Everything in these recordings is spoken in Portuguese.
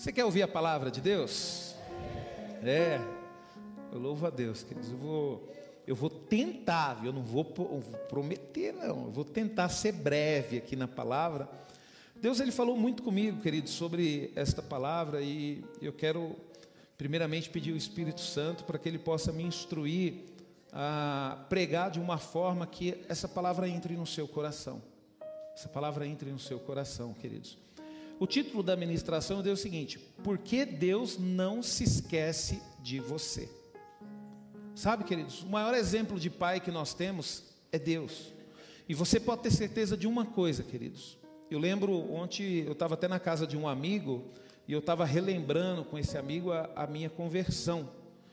Você quer ouvir a palavra de Deus? Eu louvo a Deus, queridos. Eu vou tentar, eu não vou prometer não, eu vou tentar ser breve aqui na palavra. Deus, Ele falou muito comigo, queridos, sobre esta palavra, e eu quero primeiramente pedir ao Espírito Santo para que Ele possa me instruir a pregar de uma forma que essa palavra entre no seu coração. Essa palavra entre no seu coração, queridos. O título da ministração é o seguinte: por que Deus não se esquece de você? Sabe, queridos, o maior exemplo de pai que nós temos é Deus. E você pode ter certeza de uma coisa, queridos. Eu lembro, ontem eu estava até na casa de um amigo, e eu estava relembrando com esse amigo a minha conversão.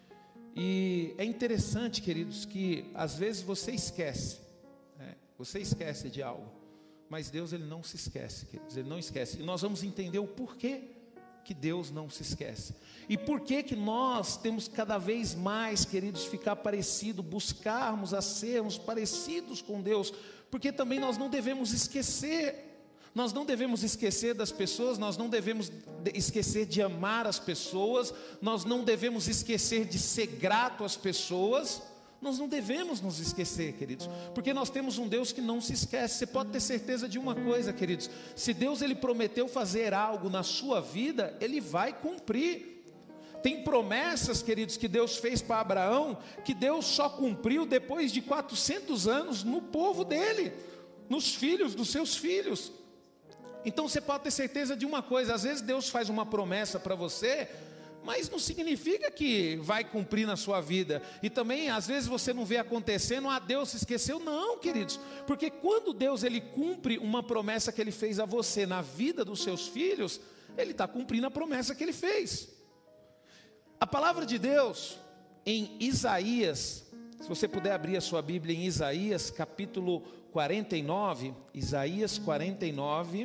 E é interessante, queridos, que às vezes você esquece, né? Você esquece de algo, mas Deus, Ele não se esquece, queridos, Ele não esquece. E nós vamos entender o porquê que Deus não se esquece. E por que nós temos cada vez mais, queridos, ficar parecido, buscarmos a sermos parecidos com Deus. Porque também nós não devemos esquecer. Nós não devemos esquecer das pessoas, nós não devemos esquecer de amar as pessoas, nós não devemos esquecer de ser grato às pessoas. Nós não devemos nos esquecer, queridos, porque nós temos um Deus que não se esquece. Você pode ter certeza de uma coisa, queridos: se Deus, Ele prometeu fazer algo na sua vida, Ele vai cumprir. Tem promessas, queridos, que Deus fez para Abraão, que Deus só cumpriu depois de 400 anos no povo dele, nos filhos dos seus filhos. Então você pode ter certeza de uma coisa: às vezes Deus faz uma promessa para você, mas não significa que vai cumprir na sua vida. E também às vezes você não vê acontecendo: Deus se esqueceu. Não, queridos, porque quando Deus, Ele cumpre uma promessa que Ele fez a você na vida dos seus filhos, Ele está cumprindo a promessa que Ele fez. A palavra de Deus em Isaías, se você puder abrir a sua Bíblia em Isaías capítulo 49, Isaías 49,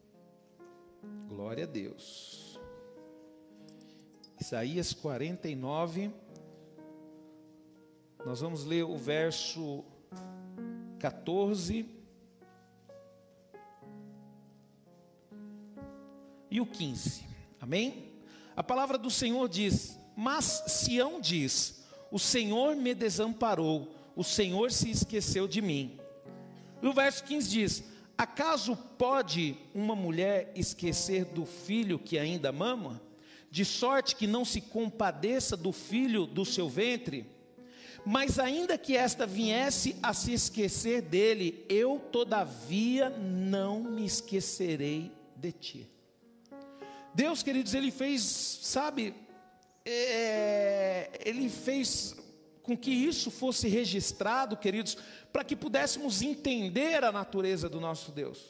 glória a Deus. Isaías 49, nós vamos ler o verso 14 e o 15, amém? A palavra do Senhor diz: mas Sião diz, o Senhor me desamparou, o Senhor se esqueceu de mim. E o verso 15 diz: acaso pode uma mulher esquecer do filho que ainda mama, de sorte que não se compadeça do filho do seu ventre? Mas ainda que esta viesse a se esquecer dele, eu todavia não me esquecerei de ti. Deus, queridos, Ele fez, sabe, Ele fez com que isso fosse registrado, queridos, para que pudéssemos entender a natureza do nosso Deus.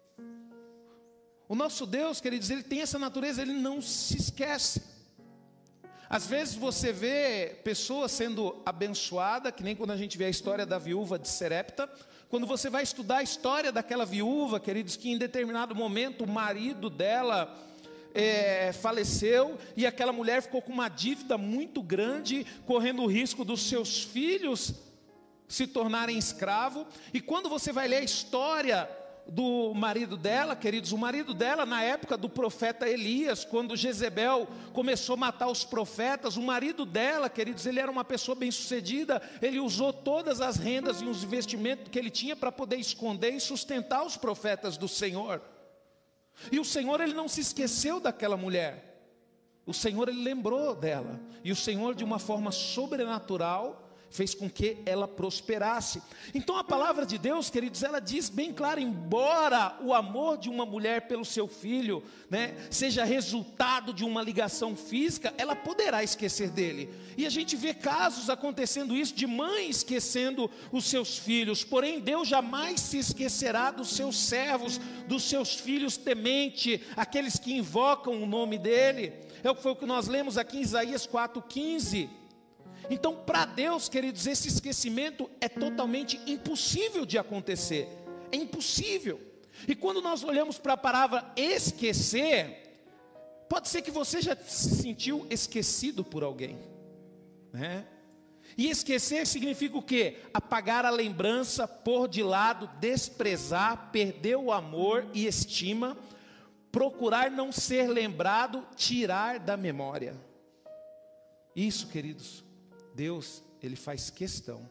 O nosso Deus, queridos, Ele tem essa natureza, Ele não se esquece. Às vezes você vê pessoas sendo abençoadas, que nem quando a gente vê a história da viúva de Serepta. Quando você vai estudar a história daquela viúva, queridos, que em determinado momento o marido dela faleceu, e aquela mulher ficou com uma dívida muito grande, correndo o risco dos seus filhos se tornarem escravos. E quando você vai ler a história do marido dela, queridos, o marido dela na época do profeta Elias, quando Jezebel começou a matar os profetas, o marido dela, queridos, ele era uma pessoa bem sucedida. Ele usou todas as rendas e os investimentos que ele tinha para poder esconder e sustentar os profetas do Senhor. E o Senhor, Ele não se esqueceu daquela mulher. O Senhor, Ele lembrou dela. E o Senhor, de uma forma sobrenatural, fez com que ela prosperasse. Então a palavra de Deus, queridos, ela diz bem claro: embora o amor de uma mulher pelo seu filho, né, seja resultado de uma ligação física, ela poderá esquecer dele. E a gente vê casos acontecendo isso, de mãe esquecendo os seus filhos. Porém Deus jamais se esquecerá dos seus servos, dos seus filhos tementes, aqueles que invocam o nome dele. Foi o que nós lemos aqui em Isaías 4,15. Então, para Deus, queridos, esse esquecimento é totalmente impossível de acontecer. É impossível. E quando nós olhamos para a palavra esquecer, pode ser que você já se sentiu esquecido por alguém, né? E esquecer significa o quê? Apagar a lembrança, pôr de lado, desprezar, perder o amor e estima. procurar não ser lembrado, tirar da memória. Isso, queridos, Deus, Ele faz questão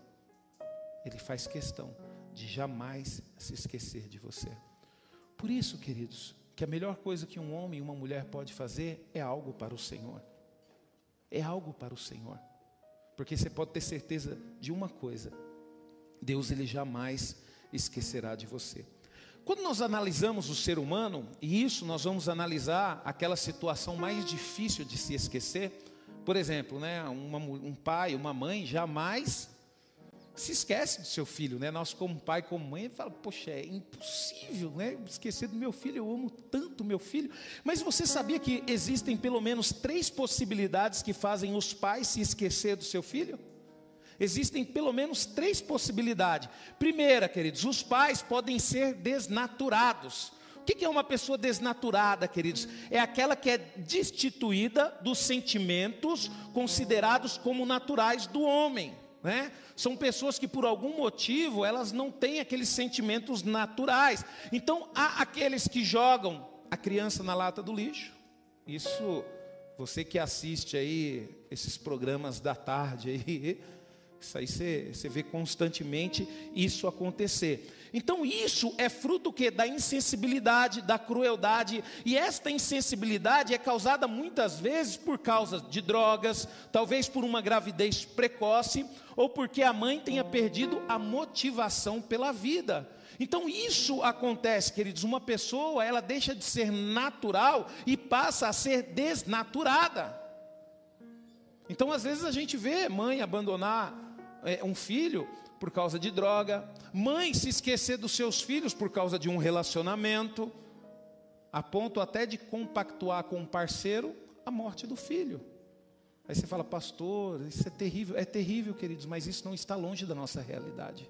de jamais se esquecer de você. Por isso, queridos, que a melhor coisa que um homem e uma mulher pode fazer é algo para o Senhor. É algo para o Senhor. Porque você pode ter certeza de uma coisa: Deus, Ele jamais esquecerá de você. Quando nós analisamos o ser humano, e isso nós vamos analisar aquela situação mais difícil de se esquecer. Por exemplo, né, um pai, uma mãe jamais se esquece do seu filho, né? Nós como pai, como mãe, fala, poxa, é impossível, né, esquecer do meu filho, eu amo tanto meu filho. Mas você sabia que existem pelo menos 3 possibilidades que fazem os pais se esquecer do seu filho? Existem pelo menos 3 possibilidades. Primeira, queridos, os pais podem ser desnaturados. O que é uma pessoa desnaturada, queridos? É aquela que é destituída dos sentimentos considerados como naturais do homem, né? São pessoas que por algum motivo elas não têm aqueles sentimentos naturais. Então há aqueles que jogam a criança na lata do lixo. Isso, você que assiste aí esses programas da tarde aí, isso aí você vê constantemente isso acontecer. Então isso é fruto que da insensibilidade, da crueldade. E esta insensibilidade é causada muitas vezes por causa de drogas, talvez por uma gravidez precoce, ou porque a mãe tenha perdido a motivação pela vida. Então isso acontece, queridos, uma pessoa, ela deixa de ser natural e passa a ser desnaturada. Então às vezes a gente vê mãe abandonar um filho por causa de droga, mãe se esquecer dos seus filhos por causa de um relacionamento, a ponto até de compactuar com um parceiro a morte do filho. Aí você fala, pastor, isso é terrível, queridos, mas isso não está longe da nossa realidade.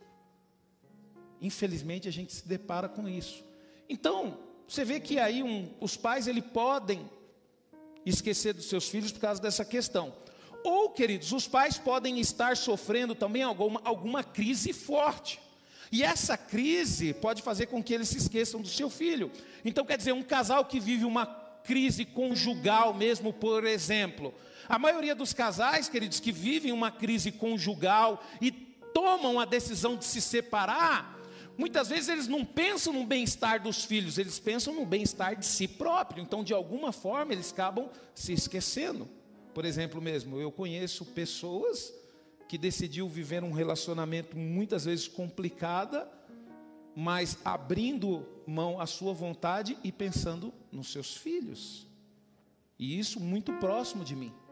Infelizmente a gente se depara com isso. Então, você vê que aí os pais podem esquecer dos seus filhos por causa dessa questão. Ou, queridos, os pais podem estar sofrendo também alguma crise forte. E essa crise pode fazer com que eles se esqueçam do seu filho. Então, quer dizer, um casal que vive uma crise conjugal mesmo, por exemplo. A maioria dos casais, queridos, que vivem uma crise conjugal e tomam a decisão de se separar, muitas vezes eles não pensam no bem-estar dos filhos, eles pensam no bem-estar de si próprio. Então, de alguma forma, eles acabam se esquecendo. Por exemplo mesmo, eu conheço pessoas que decidiu viver um relacionamento muitas vezes complicado, mas abrindo mão à sua vontade e pensando nos seus filhos. E isso muito próximo de mim.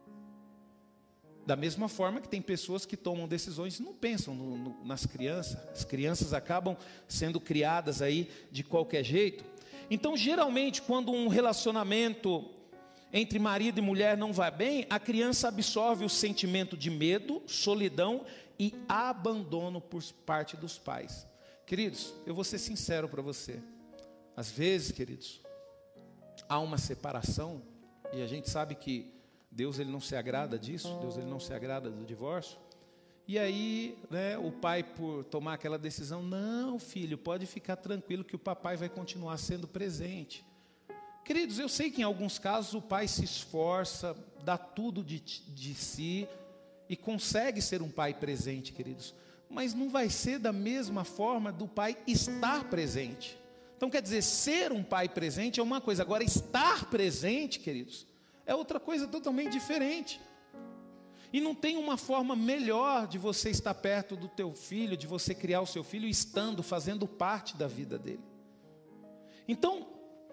Da mesma forma que tem pessoas que tomam decisões e não pensam nas crianças. As crianças acabam sendo criadas aí de qualquer jeito. Então, geralmente, quando um relacionamento entre marido e mulher não vai bem, a criança absorve o sentimento de medo, solidão e abandono por parte dos pais. Queridos, eu vou ser sincero para você. Às vezes, queridos, há uma separação, e a gente sabe que Deus ele não se agrada disso, Deus ele não se agrada do divórcio. E aí, né, o pai, por tomar aquela decisão, não, filho, pode ficar tranquilo que o papai vai continuar sendo presente. Queridos, eu sei que em alguns casos o pai se esforça, dá tudo de si e consegue ser um pai presente, queridos. Mas não vai ser da mesma forma do pai estar presente. Então quer dizer, ser um pai presente é uma coisa, agora estar presente, queridos, é outra coisa totalmente diferente. E não tem uma forma melhor de você estar perto do teu filho, de você criar o seu filho estando, fazendo parte da vida dele. Então,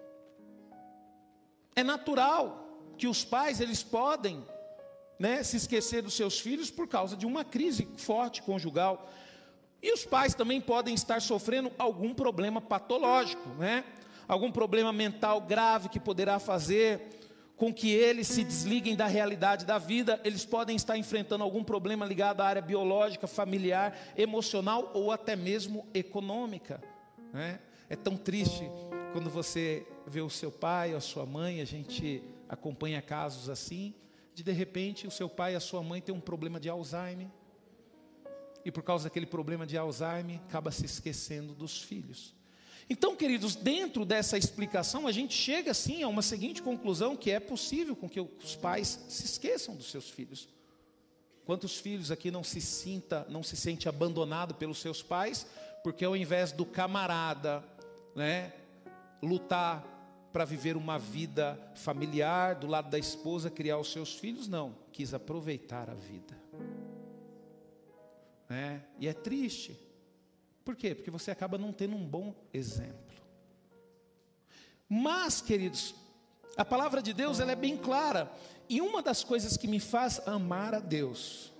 é natural que os pais, eles podem, né, se esquecer dos seus filhos por causa de uma crise forte conjugal. E os pais também podem estar sofrendo algum problema patológico, né? Algum problema mental grave que poderá fazer com que eles se desliguem da realidade da vida. Eles podem estar enfrentando algum problema ligado à área biológica, familiar, emocional ou até mesmo econômica, né? É tão triste quando você vê o seu pai ou a sua mãe, a gente acompanha casos assim, de repente o seu pai e a sua mãe têm um problema de Alzheimer, e por causa daquele problema de Alzheimer, acaba se esquecendo dos filhos. Então, queridos, dentro dessa explicação, a gente chega assim a uma seguinte conclusão, que é possível com que os pais se esqueçam dos seus filhos. Quantos filhos aqui não se sente abandonado pelos seus pais, porque ao invés do camarada, né, lutar para viver uma vida familiar, do lado da esposa, criar os seus filhos, não, quis aproveitar a vida. E é triste. Por quê? Porque você acaba não tendo um bom exemplo. Mas, queridos, a palavra de Deus, ela é bem clara. E uma das coisas que me faz amar a Deus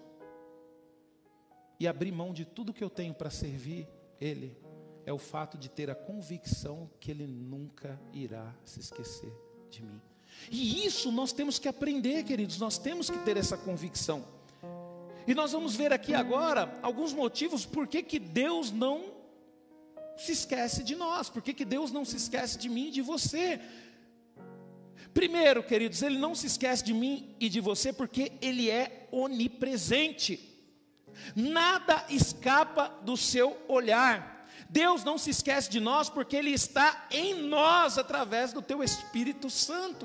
e abrir mão de tudo que eu tenho para servir Ele, é o fato de ter a convicção que Ele nunca irá se esquecer de mim. E isso nós temos que aprender, queridos, nós temos que ter essa convicção. E nós vamos ver aqui agora alguns motivos por que Deus não se esquece de nós, por que Deus não se esquece de mim e de você. Primeiro, queridos, Ele não se esquece de mim e de você porque Ele é onipresente. Nada escapa do seu olhar. Deus não se esquece de nós porque Ele está em nós através do teu Espírito Santo.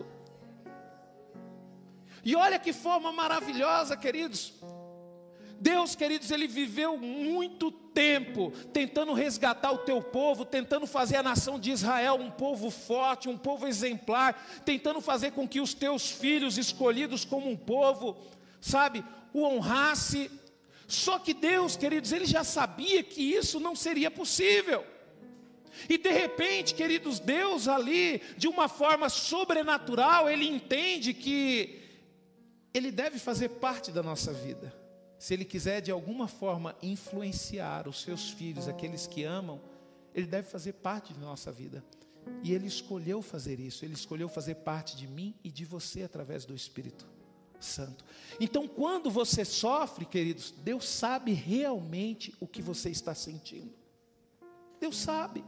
E olha que forma maravilhosa, queridos. Deus, queridos, Ele viveu muito tempo tentando resgatar o teu povo, tentando fazer a nação de Israel um povo forte, um povo exemplar, tentando fazer com que os teus filhos escolhidos como um povo, sabe, o honrasse. Só que Deus, queridos, Ele já sabia que isso não seria possível. E de repente, queridos, Deus ali, de uma forma sobrenatural, Ele entende que Ele deve fazer parte da nossa vida. Se Ele quiser de alguma forma influenciar os seus filhos, aqueles que amam, Ele deve fazer parte da nossa vida. E Ele escolheu fazer isso, Ele escolheu fazer parte de mim e de você através do Espírito Santo. Então, quando você sofre, queridos, Deus sabe realmente o que você está sentindo. Deus sabe.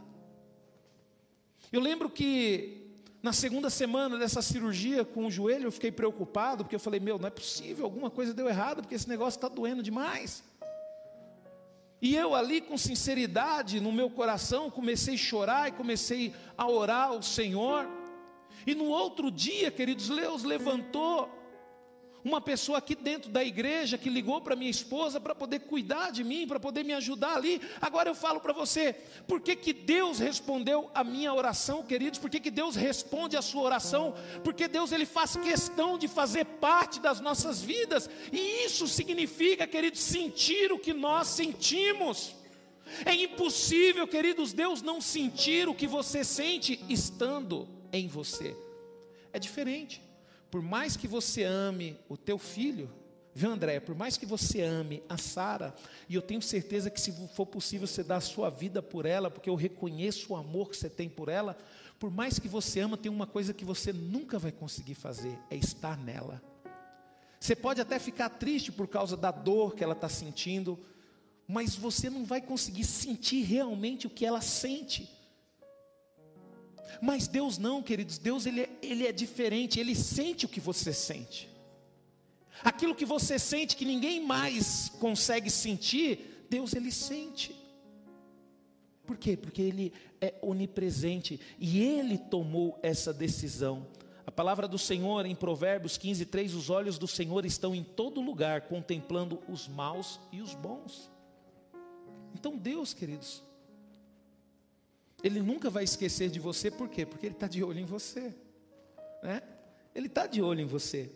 Eu lembro que na segunda semana dessa cirurgia com o joelho, eu fiquei preocupado, porque eu falei, não é possível, alguma coisa deu errado, porque esse negócio está doendo demais. E eu ali com sinceridade no meu coração, comecei a chorar e comecei a orar ao Senhor. E no outro dia, queridos, Deus levantou uma pessoa aqui dentro da igreja que ligou para minha esposa para poder cuidar de mim, para poder me ajudar ali. Agora eu falo para você, por que Deus respondeu a minha oração, queridos? Por que Deus responde a sua oração? Porque Deus, Ele faz questão de fazer parte das nossas vidas. E isso significa, queridos, sentir o que nós sentimos. É impossível, queridos, Deus não sentir o que você sente estando em você. É diferente. Por mais que você ame o teu filho, viu, André? Por mais que você ame a Sara, e eu tenho certeza que se for possível você dar a sua vida por ela, porque eu reconheço o amor que você tem por ela, por mais que você ama, tem uma coisa que você nunca vai conseguir fazer, é estar nela. Você pode até ficar triste por causa da dor que ela está sentindo, mas você não vai conseguir sentir realmente o que ela sente. Mas Deus não, queridos, Deus ele é diferente, Ele sente o que você sente. Aquilo que você sente que ninguém mais consegue sentir, Deus Ele sente. Por quê? Porque Ele é onipresente e Ele tomou essa decisão. A palavra do Senhor em Provérbios 15:3, os olhos do Senhor estão em todo lugar, contemplando os maus e os bons. Então Deus, queridos, Ele nunca vai esquecer de você, por quê? Porque Ele está de olho em você, né? Ele está de olho em você.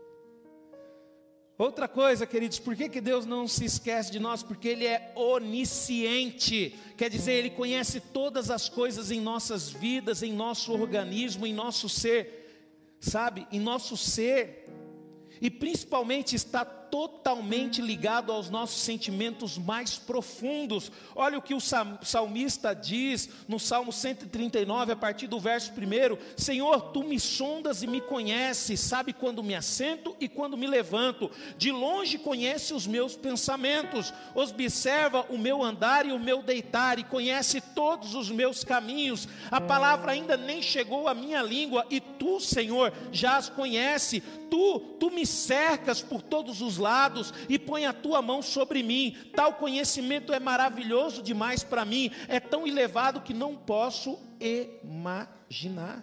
Outra coisa, queridos, por que Deus não se esquece de nós? Porque Ele é onisciente, quer dizer, Ele conhece todas as coisas em nossas vidas, em nosso organismo, em nosso ser, sabe? Em nosso ser, e principalmente está totalmente ligado aos nossos sentimentos mais profundos. Olha o que o salmista diz no Salmo 139, a partir do verso 1: Senhor, Tu me sondas e me conheces, sabe quando me assento e quando me levanto, de longe conhece os meus pensamentos, observa o meu andar e o meu deitar, e conhece todos os meus caminhos. A palavra ainda nem chegou à minha língua, e Tu, Senhor, já as conhece. Tu me cercas por todos os lados e põe a tua mão sobre mim. Tal conhecimento é maravilhoso demais para mim, é tão elevado que não posso imaginar.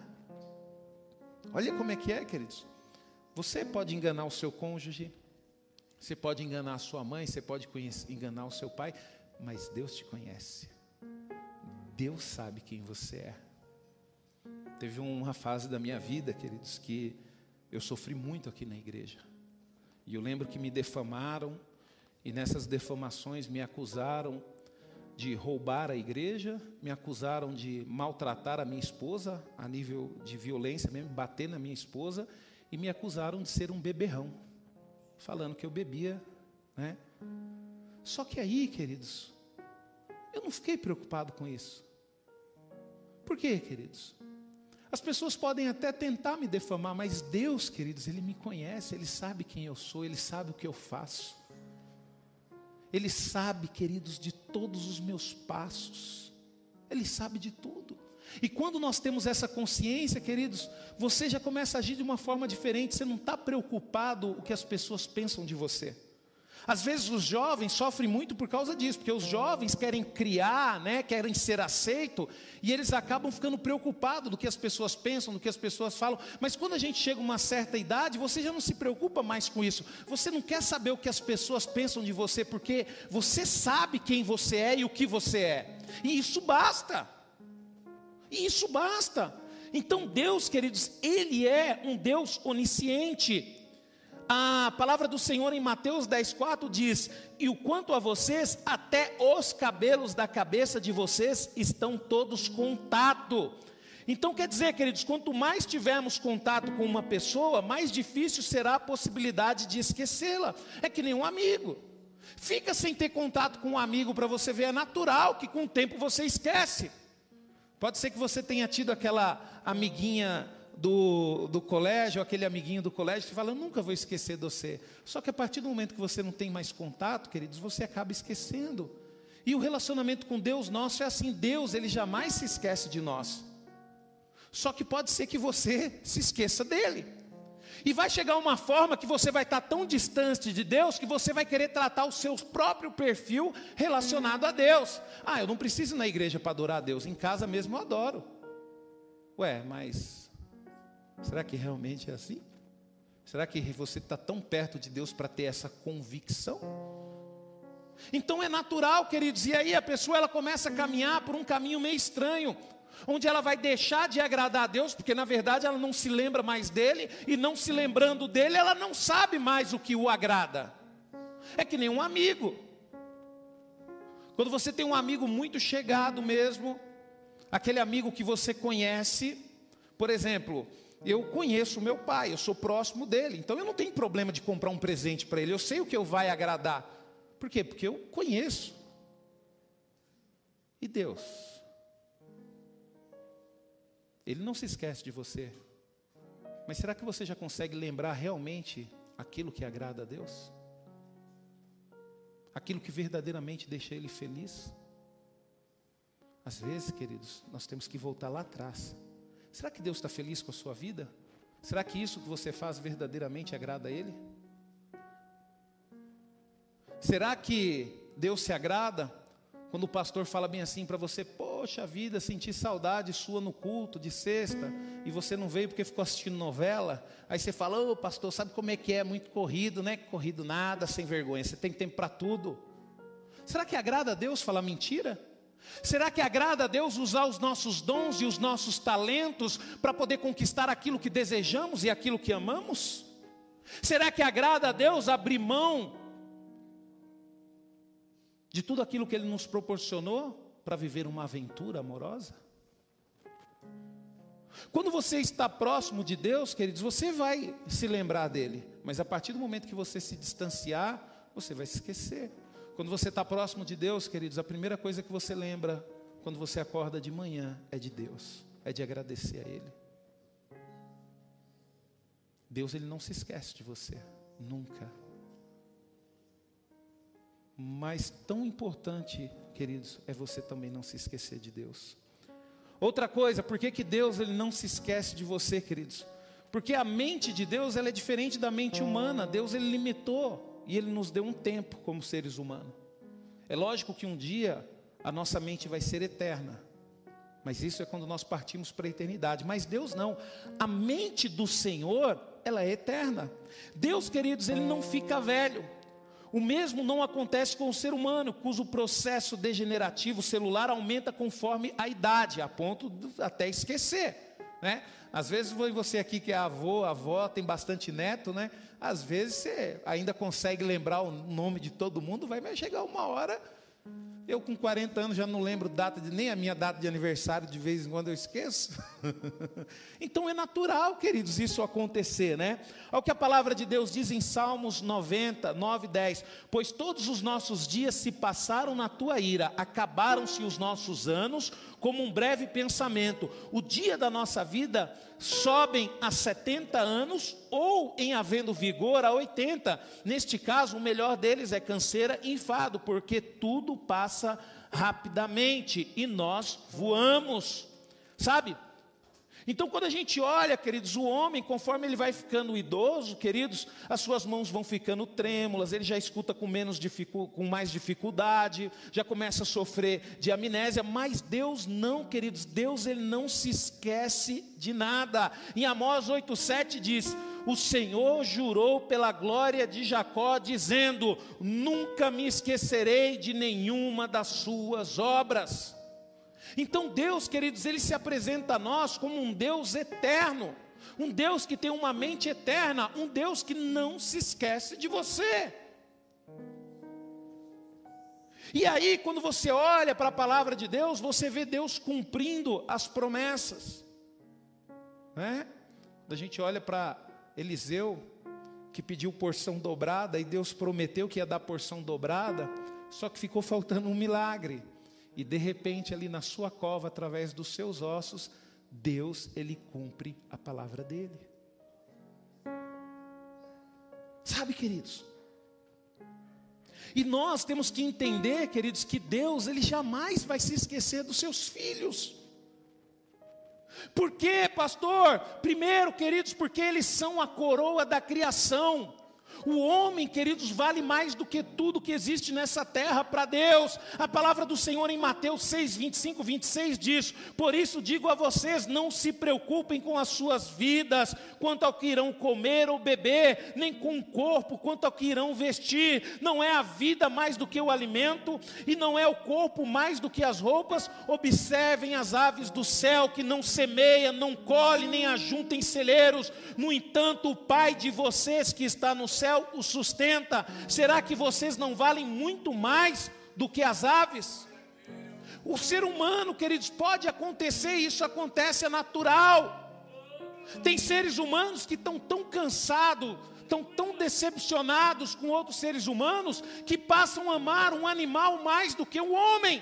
Olha como é que é, queridos. Você pode enganar o seu cônjuge, você pode enganar a sua mãe, você pode enganar o seu pai, mas Deus te conhece. Deus sabe quem você é. Teve uma fase da minha vida, queridos, que eu sofri muito aqui na igreja. E eu lembro que me defamaram, e nessas defamações me acusaram de roubar a igreja, me acusaram de maltratar a minha esposa, a nível de violência mesmo, bater na minha esposa, e me acusaram de ser um beberrão, falando que eu bebia, né? Só que aí, queridos, eu não fiquei preocupado com isso. Por quê, queridos? As pessoas podem até tentar me defamar, mas Deus, queridos, Ele me conhece, Ele sabe quem eu sou, Ele sabe o que eu faço. Ele sabe, queridos, de todos os meus passos. Ele sabe de tudo. E quando nós temos essa consciência, queridos, você já começa a agir de uma forma diferente. Você não está preocupado com o que as pessoas pensam de você. Às vezes os jovens sofrem muito por causa disso, porque os jovens querem criar, né, querem ser aceitos, e eles acabam ficando preocupados do que as pessoas pensam, do que as pessoas falam. Mas quando a gente chega a uma certa idade, você já não se preocupa mais com isso. Você não quer saber o que as pessoas pensam de você, porque você sabe quem você é e o que você é. E isso basta. E isso basta. Então Deus, queridos, Ele é um Deus onisciente. A palavra do Senhor em Mateus 10,4 diz: e o quanto a vocês, até os cabelos da cabeça de vocês estão todos contados. Então quer dizer, queridos, quanto mais tivermos contato com uma pessoa, mais difícil será a possibilidade de esquecê-la. É que nem um amigo. Fica sem ter contato com um amigo para você ver, é natural que com o tempo você esquece. Pode ser que você tenha tido aquela amiguinha do colégio, aquele amiguinho do colégio que fala: eu nunca vou esquecer de você. Só que a partir do momento que você não tem mais contato, queridos, você acaba esquecendo. E o relacionamento com Deus nosso é assim: Deus, Ele jamais se esquece de nós. Só que pode ser que você se esqueça dele. E vai chegar uma forma que você vai estar tão distante de Deus, que você vai querer tratar o seu próprio perfil relacionado a Deus. Ah, eu não preciso ir na igreja para adorar a Deus, em casa mesmo eu adoro. Ué, mas será que realmente é assim? Será que você está tão perto de Deus para ter essa convicção? Então é natural, queridos, e aí a pessoa ela começa a caminhar por um caminho meio estranho, onde ela vai deixar de agradar a Deus, porque na verdade ela não se lembra mais dele, e não se lembrando dele, ela não sabe mais o que o agrada. É que nem um amigo. Quando você tem um amigo muito chegado mesmo, aquele amigo que você conhece, por exemplo, eu conheço o meu pai, eu sou próximo dele, então eu não tenho problema de comprar um presente para ele, eu sei o que eu vai agradar. Por quê? Porque eu conheço. E Deus? Ele não se esquece de você. Mas será que você já consegue lembrar realmente aquilo que agrada a Deus? Aquilo que verdadeiramente deixa Ele feliz? Às vezes, queridos, nós temos que voltar lá atrás. Será que Deus está feliz com a sua vida? Será que isso que você faz verdadeiramente agrada a Ele? Será que Deus se agrada quando o pastor fala bem assim para você: poxa vida, senti saudade sua no culto de sexta, e você não veio porque ficou assistindo novela? Aí você fala: ô pastor, sabe como é que é? Muito corrido, né? Corrido nada, sem vergonha, você tem tempo para tudo. Será que agrada a Deus falar mentira? Será que agrada a Deus usar os nossos dons e os nossos talentos para poder conquistar aquilo que desejamos e aquilo que amamos? Será que agrada a Deus abrir mão de tudo aquilo que Ele nos proporcionou para viver uma aventura amorosa? Quando você está próximo de Deus, queridos, você vai se lembrar dele, mas a partir do momento que você se distanciar, você vai se esquecer. Quando você está próximo de Deus, queridos, a primeira coisa que você lembra quando você acorda de manhã é de Deus, é de agradecer a Ele. Deus, Ele não se esquece de você, nunca. Mas tão importante, queridos, é você também não se esquecer de Deus. Outra coisa, por que Deus Ele não se esquece de você, queridos? Porque a mente de Deus ela é diferente da mente humana. Deus Ele limitou e Ele nos deu um tempo como seres humanos. É lógico que um dia a nossa mente vai ser eterna, mas isso é quando nós partimos para a eternidade. Mas Deus não, a mente do Senhor, ela é eterna. Deus, queridos, Ele não fica velho. O mesmo não acontece com o ser humano, cujo processo degenerativo celular aumenta conforme a idade, a ponto de até esquecer, né? Às vezes você aqui que é avô, avó, tem bastante neto, né? Às vezes você ainda consegue lembrar o nome de todo mundo, vai chegar uma hora. Eu com 40 anos já não lembro nem a minha data de aniversário, de vez em quando eu esqueço. Então é natural, queridos, isso acontecer, né? Olha o que a palavra de Deus diz em Salmos 90, 9 e 10. Pois todos os nossos dias se passaram na tua ira, acabaram-se os nossos anos como um breve pensamento. O dia da nossa vida sobem a 70 anos, ou em havendo vigor a 80. Neste caso, o melhor deles é canseira e enfado, porque tudo passa rapidamente e nós voamos, sabe? Então, quando a gente olha, queridos, o homem, conforme ele vai ficando idoso, queridos, as suas mãos vão ficando trêmulas, ele já escuta com mais dificuldade, já começa a sofrer de amnésia, mas Deus não, queridos, Deus ele não se esquece de nada. Em Amós 8,7 diz: o Senhor jurou pela glória de Jacó, dizendo: nunca me esquecerei de nenhuma das suas obras. Então Deus, queridos, Ele se apresenta a nós como um Deus eterno, um Deus que tem uma mente eterna, um Deus que não se esquece de você. E aí, quando você olha para a palavra de Deus, você vê Deus cumprindo as promessas, né? Quando a gente olha para Eliseu, que pediu porção dobrada, e Deus prometeu que ia dar porção dobrada, só que ficou faltando um milagre. E de repente ali na sua cova, através dos seus ossos, Deus, Ele cumpre a palavra dEle. Sabe, queridos? E nós temos que entender, queridos, que Deus, Ele jamais vai se esquecer dos seus filhos. Por quê, pastor? Primeiro, queridos, porque eles são a coroa da criação. O homem, queridos, vale mais do que tudo que existe nessa terra para Deus. A palavra do Senhor em Mateus 6, 25, 26 diz: por isso digo a vocês, não se preocupem com as suas vidas, quanto ao que irão comer ou beber, nem com o corpo, quanto ao que irão vestir. Não é a vida mais do que o alimento, e não é o corpo mais do que as roupas? Observem as aves do céu, que não semeiam, não colhem, nem ajuntam em celeiros. No entanto, o Pai de vocês que está no céu o sustenta. Será que vocês não valem muito mais do que as aves? O ser humano, queridos, pode acontecer, isso acontece, é natural. Tem seres humanos que estão tão cansados, estão tão decepcionados com outros seres humanos, que passam a amar um animal mais do que o homem.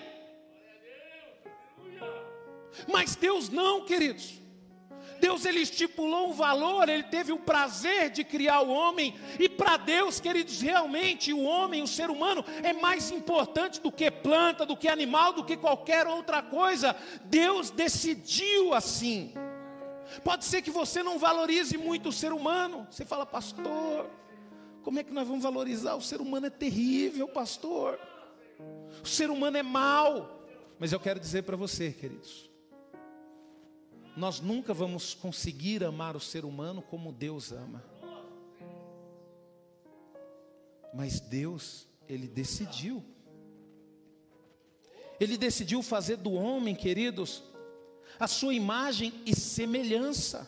Mas Deus não, queridos. Deus, Ele estipulou um valor, Ele teve o prazer de criar o homem, e para Deus, queridos, realmente o homem, o ser humano, é mais importante do que planta, do que animal, do que qualquer outra coisa. Deus decidiu assim. Pode ser que você não valorize muito o ser humano. Você fala: pastor, como é que nós vamos valorizar? O ser humano é terrível, pastor. O ser humano é mau. Mas eu quero dizer para você, queridos, nós nunca vamos conseguir amar o ser humano como Deus ama. Mas Deus, Ele decidiu. Ele decidiu fazer do homem, queridos, a sua imagem e semelhança.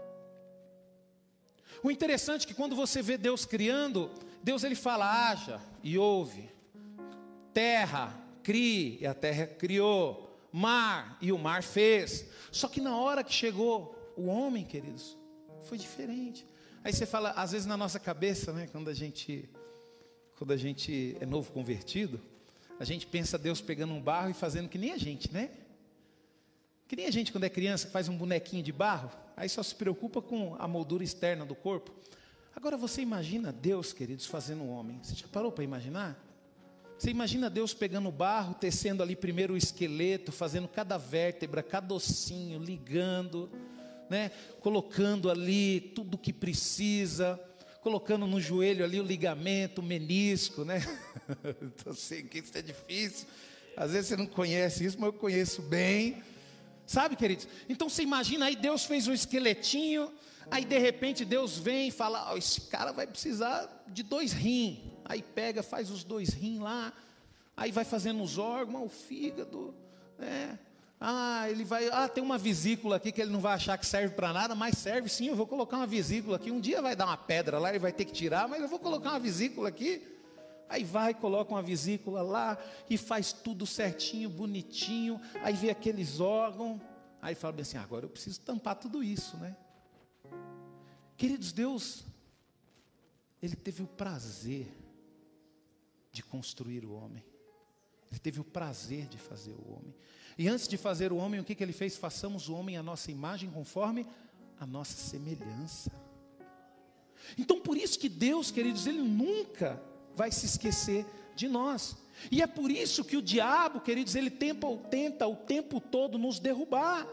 O interessante é que quando você vê Deus criando, Deus Ele fala: haja e ouve, terra, crie, e a terra criou, mar, e o mar fez. Só que na hora que chegou o homem, queridos, foi diferente. Aí você fala, às vezes na nossa cabeça, né, quando a gente é novo convertido, a gente pensa Deus pegando um barro e fazendo que nem a gente, né? Que nem a gente quando é criança, que faz um bonequinho de barro, aí só se preocupa com a moldura externa do corpo. Agora você imagina Deus, queridos, fazendo um homem. Você já parou para imaginar? Você imagina Deus pegando o barro, tecendo ali primeiro o esqueleto, fazendo cada vértebra, cada ossinho, ligando, né? Colocando ali tudo o que precisa, colocando no joelho ali o ligamento, o menisco, né? Eu sei que isso é difícil. Às vezes você não conhece isso, mas eu conheço bem. Sabe, queridos? Então você imagina, aí Deus fez um esqueletinho, aí de repente Deus vem e fala, esse cara vai precisar de 2 rins. Aí pega, faz os 2 rins lá, aí vai fazendo os órgãos, o fígado, né? Ele vai, tem uma vesícula aqui que ele não vai achar que serve para nada, mas serve sim, eu vou colocar uma vesícula aqui. Um dia vai dar uma pedra lá, ele vai ter que tirar, mas eu vou colocar uma vesícula aqui. Aí vai, coloca uma vesícula lá e faz tudo certinho, bonitinho. Aí vê aqueles órgãos, aí fala bem assim, agora eu preciso tampar tudo isso, né? Queridos, Deus, Ele teve o prazer de construir o homem. Ele teve o prazer de fazer o homem. E antes de fazer o homem, o que Ele fez? Façamos o homem à nossa imagem, conforme a nossa semelhança. Então, por isso que Deus, queridos, Ele nunca vai se esquecer de nós. E é por isso que o diabo, queridos, ele tenta o tempo todo nos derrubar.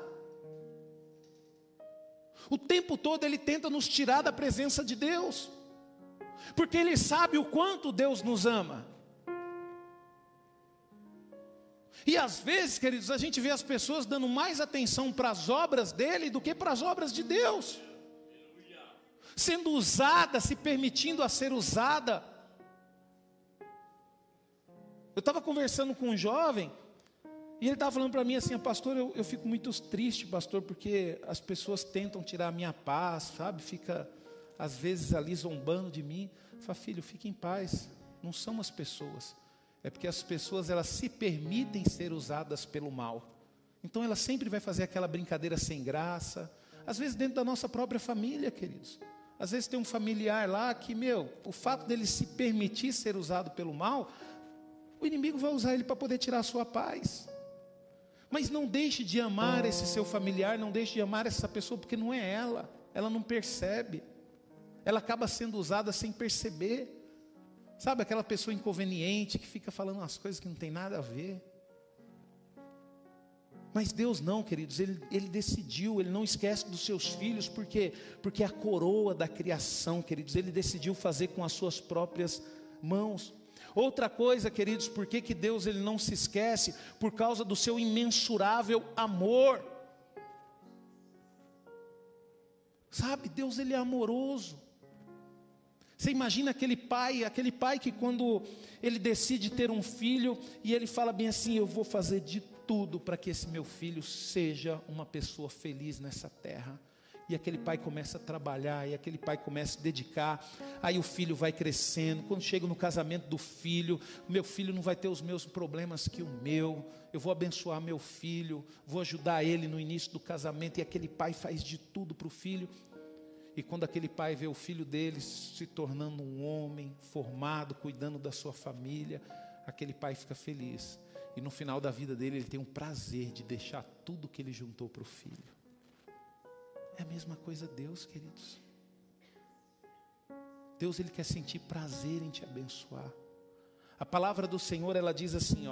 O tempo todo ele tenta nos tirar da presença de Deus. Porque ele sabe o quanto Deus nos ama. E às vezes, queridos, a gente vê as pessoas dando mais atenção para as obras dele do que para as obras de Deus. Sendo usada, se permitindo a ser usada. Eu estava conversando com um jovem, e ele estava falando para mim assim, pastor, eu fico muito triste, pastor, porque as pessoas tentam tirar a minha paz, sabe, fica às vezes ali zombando de mim. Eu falo, filho, fique em paz, não são as pessoas, é porque as pessoas elas se permitem ser usadas pelo mal, então ela sempre vai fazer aquela brincadeira sem graça, às vezes dentro da nossa própria família, queridos. Às vezes tem um familiar lá que, o fato dele se permitir ser usado pelo mal, o inimigo vai usar ele para poder tirar a sua paz. Mas não deixe de amar esse seu familiar, não deixe de amar essa pessoa, porque não é ela não percebe. Ela acaba sendo usada sem perceber. Sabe, aquela pessoa inconveniente que fica falando umas coisas que não tem nada a ver. Mas Deus não, queridos, Ele decidiu, Ele não esquece dos seus filhos, porque a coroa da criação, queridos, Ele decidiu fazer com as suas próprias mãos. Outra coisa, queridos, por que Deus ele não se esquece? Por causa do seu imensurável amor. Sabe, Deus ele é amoroso. Você imagina aquele pai que quando ele decide ter um filho, e ele fala bem assim, eu vou fazer de tudo para que esse meu filho seja uma pessoa feliz nessa terra. E aquele pai começa a trabalhar, e aquele pai começa a se dedicar, aí o filho vai crescendo, quando chega no casamento do filho, meu filho não vai ter os mesmos problemas que o meu, eu vou abençoar meu filho, vou ajudar ele no início do casamento, e aquele pai faz de tudo para o filho, e quando aquele pai vê o filho dele se tornando um homem formado, cuidando da sua família, aquele pai fica feliz, e no final da vida dele ele tem um prazer de deixar tudo que ele juntou para o filho. É a mesma coisa Deus, queridos. Deus ele quer sentir prazer em te abençoar. A palavra do Senhor ela diz assim,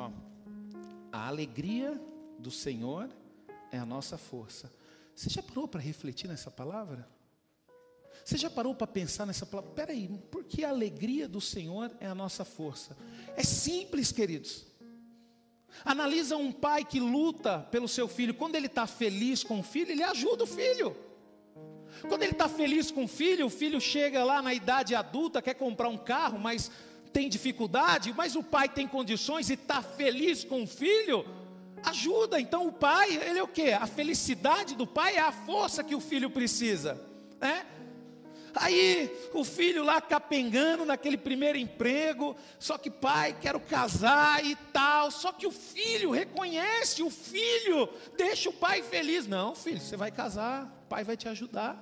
a alegria do Senhor é a nossa força. Você já parou para refletir nessa palavra? Você já parou para pensar nessa palavra? Peraí, por que a alegria do Senhor é a nossa força? É simples, queridos. Analisa um pai que luta pelo seu filho. Quando ele está feliz com o filho, ele ajuda o filho. Quando ele está feliz com o filho chega lá na idade adulta, quer comprar um carro, mas tem dificuldade, mas o pai tem condições e está feliz com o filho, ajuda. Então o pai, ele é o quê? A felicidade do pai é a força que o filho precisa, né? Aí o filho lá capengando naquele primeiro emprego, só que pai, quero casar e tal, só que o filho reconhece, o filho deixa o pai feliz. Não, filho, você vai casar, o pai vai te ajudar.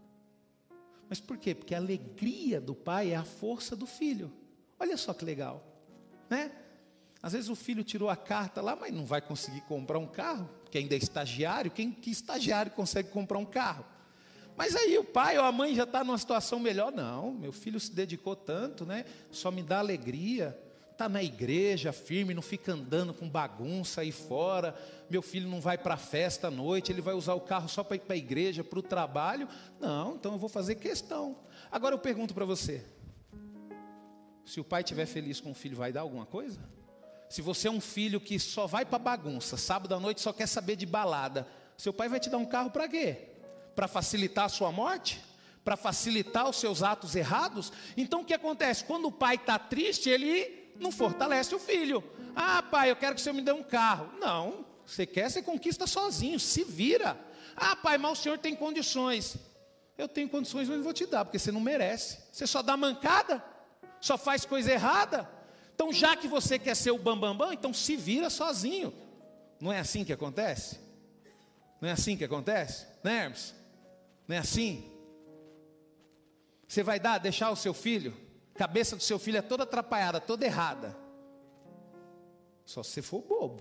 Mas por quê? Porque a alegria do pai é a força do filho. Olha só que legal, né? Às vezes o filho tirou a carta lá, mas não vai conseguir comprar um carro, porque ainda é estagiário. Que estagiário consegue comprar um carro? Mas aí o pai ou a mãe já está numa situação melhor. Não, meu filho se dedicou tanto, né? Só me dá alegria. Está na igreja firme, não fica andando com bagunça aí fora. Meu filho não vai para a festa à noite, ele vai usar o carro só para ir para a igreja, para o trabalho. Não, então eu vou fazer questão. Agora eu pergunto para você, se o pai estiver feliz com o filho, vai dar alguma coisa? Se você é um filho que só vai para bagunça, sábado à noite só quer saber de balada, seu pai vai te dar um carro para quê? Para facilitar a sua morte? Para facilitar os seus atos errados? Então o que acontece? Quando o pai está triste, ele não fortalece o filho. Ah, pai, eu quero que o senhor me dê um carro. Não, você quer, você conquista sozinho, se vira. Ah, pai, mas o senhor tem condições. Eu tenho condições, mas não vou te dar, porque você não merece. Você só dá mancada, só faz coisa errada. Então, já que você quer ser o bambambam, então se vira sozinho. Não é assim que acontece? Não é assim que acontece? Né, Hermes? Não é assim? Você vai deixar o seu filho? A cabeça do seu filho é toda atrapalhada, toda errada. Só se você for bobo.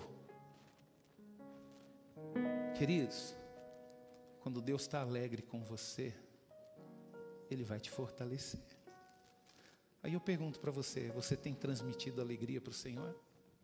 Queridos, quando Deus está alegre com você, Ele vai te fortalecer. Aí eu pergunto para você, você tem transmitido alegria para o Senhor?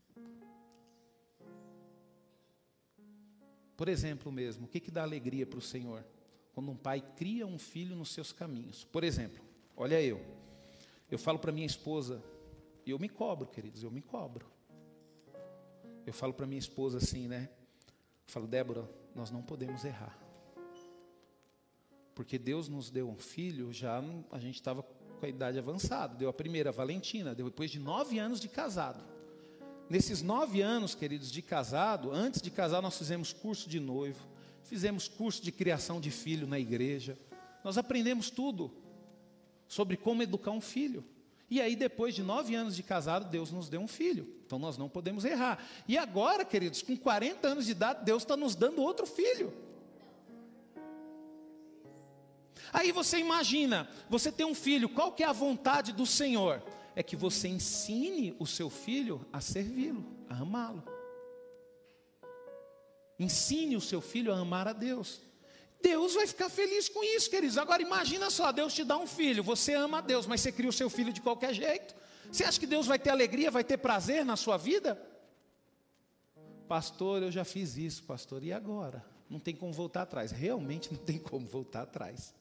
Por exemplo mesmo, o que dá alegria para o Senhor? Quando um pai cria um filho nos seus caminhos. Por exemplo, olha eu falo para minha esposa, e eu me cobro, queridos, eu me cobro. Eu falo para minha esposa assim, né? Eu falo, Débora, nós não podemos errar. Porque Deus nos deu um filho, a gente estava com a idade avançada. Deu a primeira, a Valentina, depois de 9 anos de casado. Nesses 9 anos, queridos, de casado, antes de casar nós fizemos curso de noivo, fizemos curso de criação de filho na igreja. Nós aprendemos tudo sobre como educar um filho. E aí depois de 9 anos de casado, Deus nos deu um filho. Então nós não podemos errar. E agora, queridos, com 40 anos de idade, Deus está nos dando outro filho. Aí você imagina, você tem um filho, qual que é a vontade do Senhor? É que você ensine o seu filho a servi-lo, a amá-lo. Ensine o seu filho a amar a Deus. Deus vai ficar feliz com isso, queridos. Agora imagina só, Deus te dá um filho, você ama a Deus, mas você cria o seu filho de qualquer jeito. Você acha que Deus vai ter alegria, vai ter prazer na sua vida? Pastor, eu já fiz isso, pastor, e agora? Não tem como voltar atrás. Realmente não tem como voltar atrás.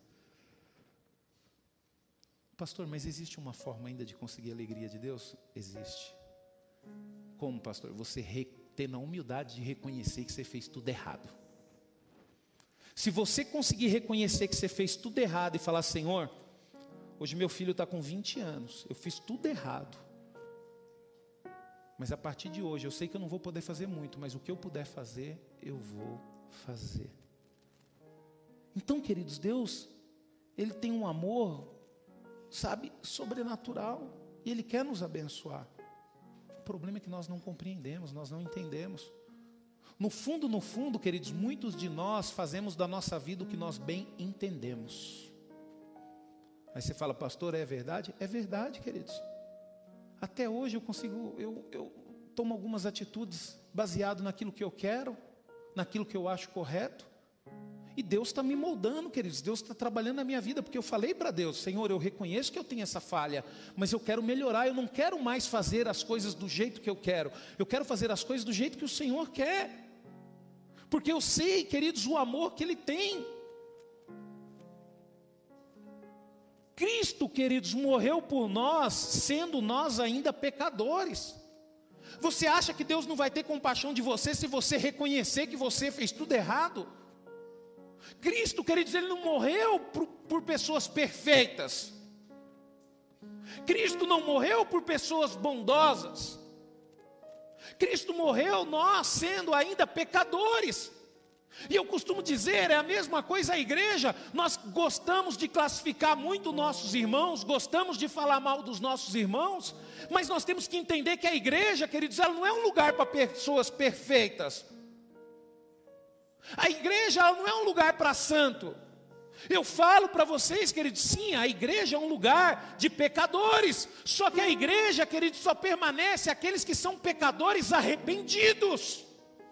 Pastor, mas existe uma forma ainda de conseguir a alegria de Deus? Existe. Como, pastor? Você ter na humildade de reconhecer que você fez tudo errado. Se você conseguir reconhecer que você fez tudo errado e falar, Senhor, hoje meu filho está com 20 anos, eu fiz tudo errado. Mas a partir de hoje, eu sei que eu não vou poder fazer muito, mas o que eu puder fazer, eu vou fazer. Então, queridos, Deus, Ele tem um amor, sabe, sobrenatural, e Ele quer nos abençoar. O problema é que nós não compreendemos, nós não entendemos. No fundo, queridos, muitos de nós fazemos da nossa vida o que nós bem entendemos. Aí você fala, pastor, é verdade? É verdade, queridos. Até hoje eu tomo algumas atitudes baseado naquilo que eu quero, naquilo que eu acho correto. E Deus está me moldando, queridos. Deus está trabalhando na minha vida, porque eu falei para Deus, Senhor, eu reconheço que eu tenho essa falha, mas eu quero melhorar, eu não quero mais fazer as coisas do jeito que eu quero fazer as coisas do jeito que o Senhor quer. Porque eu sei, queridos, o amor que Ele tem. Cristo, queridos, morreu por nós, sendo nós ainda pecadores. Você acha que Deus não vai ter compaixão de você se você reconhecer que você fez tudo errado? Cristo, queridos, Ele não morreu por pessoas perfeitas. Cristo não morreu por pessoas bondosas. Cristo morreu nós sendo ainda pecadores. E eu costumo dizer, é a mesma coisa a igreja. Nós gostamos de classificar muito nossos irmãos, gostamos de falar mal dos nossos irmãos, mas nós temos que entender que a igreja, queridos, ela não é um lugar para pessoas perfeitas. A igreja ela não é um lugar para santo. Eu falo para vocês, queridos, sim, a igreja é um lugar de pecadores. Só que a igreja, queridos, só permanece aqueles que são pecadores arrependidos.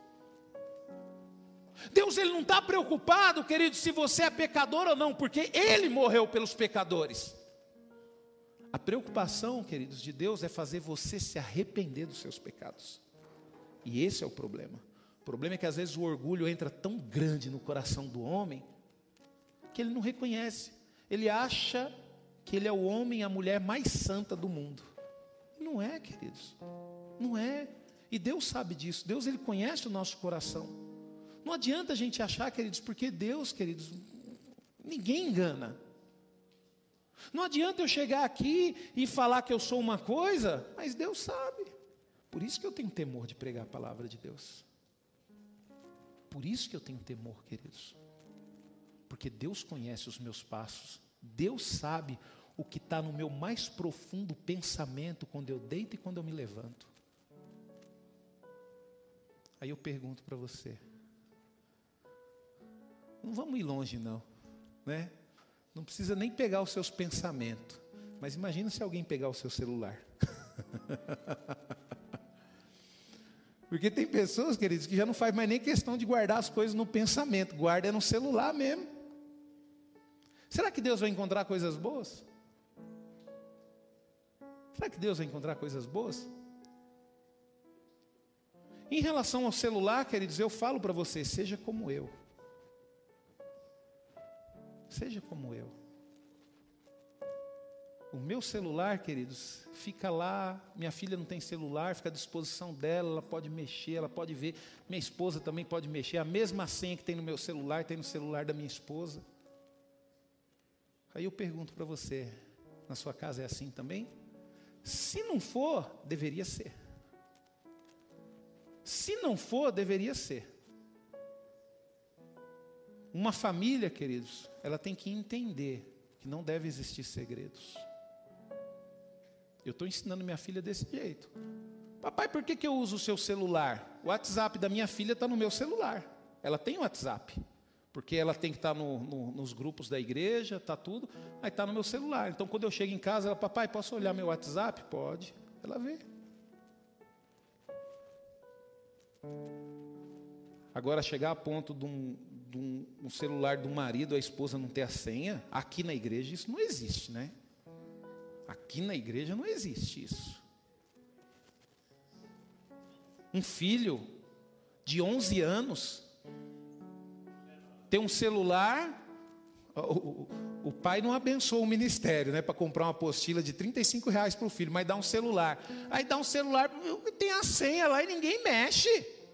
Deus Ele não está preocupado, queridos, se você é pecador ou não, porque Ele morreu pelos pecadores. A preocupação, queridos, de Deus é fazer você se arrepender dos seus pecados. E esse é o problema. O problema é que às vezes o orgulho entra tão grande no coração do homem que ele não reconhece. Ele acha que ele é o homem e a mulher mais santa do mundo. Não é, queridos. Não é. E Deus sabe disso. Deus, Ele conhece o nosso coração. Não adianta a gente achar, queridos, porque Deus, queridos, ninguém engana. Não adianta eu chegar aqui e falar que eu sou uma coisa, mas Deus sabe. Por isso que eu tenho temor de pregar a palavra de Deus. Por isso que eu tenho temor, queridos. Porque Deus conhece os meus passos. Deus sabe o que está no meu mais profundo pensamento quando eu deito e quando eu me levanto. Aí eu pergunto para você. Não vamos ir longe não, né? Não precisa nem pegar os seus pensamentos. Mas imagina se alguém pegar o seu celular. Porque tem pessoas, queridos, que já não faz mais nem questão de guardar as coisas no pensamento. Guarda no celular mesmo. Será que Deus vai encontrar coisas boas? Será que Deus vai encontrar coisas boas? Em relação ao celular, queridos, eu falo para você, seja como eu. Seja como eu. O meu celular, queridos, fica lá, minha filha não tem celular, fica à disposição dela, ela pode mexer, ela pode ver, minha esposa também pode mexer, a mesma senha que tem no meu celular, tem no celular da minha esposa. Aí eu pergunto para você, na sua casa é assim também? Se não for, deveria ser. Se não for, deveria ser. Uma família, queridos, ela tem que entender que não deve existir segredos. Eu estou ensinando minha filha desse jeito. Papai, por que eu uso o seu celular? O WhatsApp da minha filha está no meu celular. Ela tem WhatsApp. Porque ela tem que estar nos grupos da igreja, está tudo. Aí está no meu celular. Então quando eu chego em casa, ela, papai, posso olhar meu WhatsApp? Pode. Ela vê. Agora chegar a ponto de um celular do marido, a esposa não ter a senha, aqui na igreja isso não existe, né? Aqui na igreja não existe isso. Um filho de 11 anos tem um celular, o pai não abençoa o ministério, né? Para comprar uma apostila de R$35 para o filho, mas dá um celular. Aí dá um celular, tem a senha lá e ninguém mexe.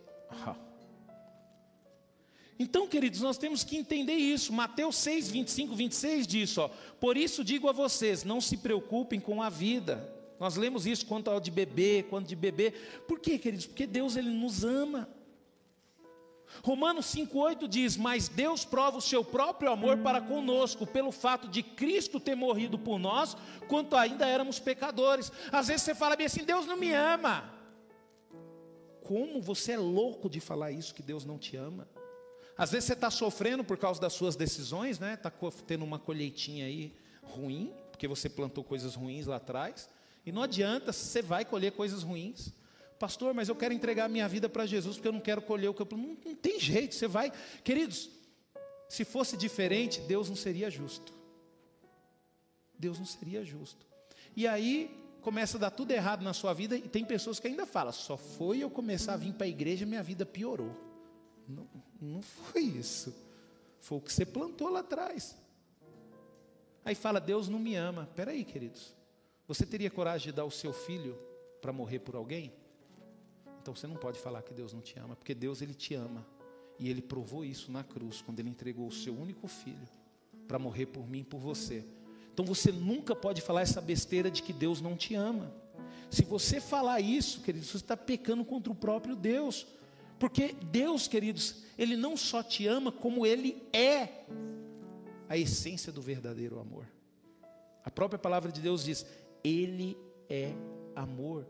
Então, queridos, nós temos que entender isso. Mateus 6, 25, 26 diz, por isso digo a vocês, não se preocupem com a vida. Nós lemos isso quanto ao de beber, quanto de beber. Por quê, queridos? Porque Deus, Ele nos ama. Romanos 5,8 diz, mas Deus prova o seu próprio amor para conosco, pelo fato de Cristo ter morrido por nós, quanto ainda éramos pecadores. Às vezes você fala bem assim, Deus não me ama. Como você é louco de falar isso, que Deus não te ama? Às vezes você está sofrendo por causa das suas decisões, né? Está tendo uma colheitinha aí ruim, porque você plantou coisas ruins lá atrás, e não adianta, você vai colher coisas ruins. Pastor, mas eu quero entregar a minha vida para Jesus, porque eu não quero colher o que eu planto. Não tem jeito, você vai. Queridos, se fosse diferente, Deus não seria justo. Deus não seria justo. E aí, começa a dar tudo errado na sua vida, e tem pessoas que ainda falam, só foi eu começar a vir para a igreja, minha vida piorou. Não foi isso. Foi o que você plantou lá atrás. Aí fala, Deus não me ama. Espera aí, queridos. Você teria coragem de dar o seu filho para morrer por alguém? Então você não pode falar que Deus não te ama, porque Deus, Ele te ama. E Ele provou isso na cruz, quando Ele entregou o seu único filho para morrer por mim e por você. Então você nunca pode falar essa besteira de que Deus não te ama. Se você falar isso, queridos, você está pecando contra o próprio Deus. Porque Deus, queridos, Ele não só te ama, como Ele é a essência do verdadeiro amor. A própria palavra de Deus diz, Ele é amor.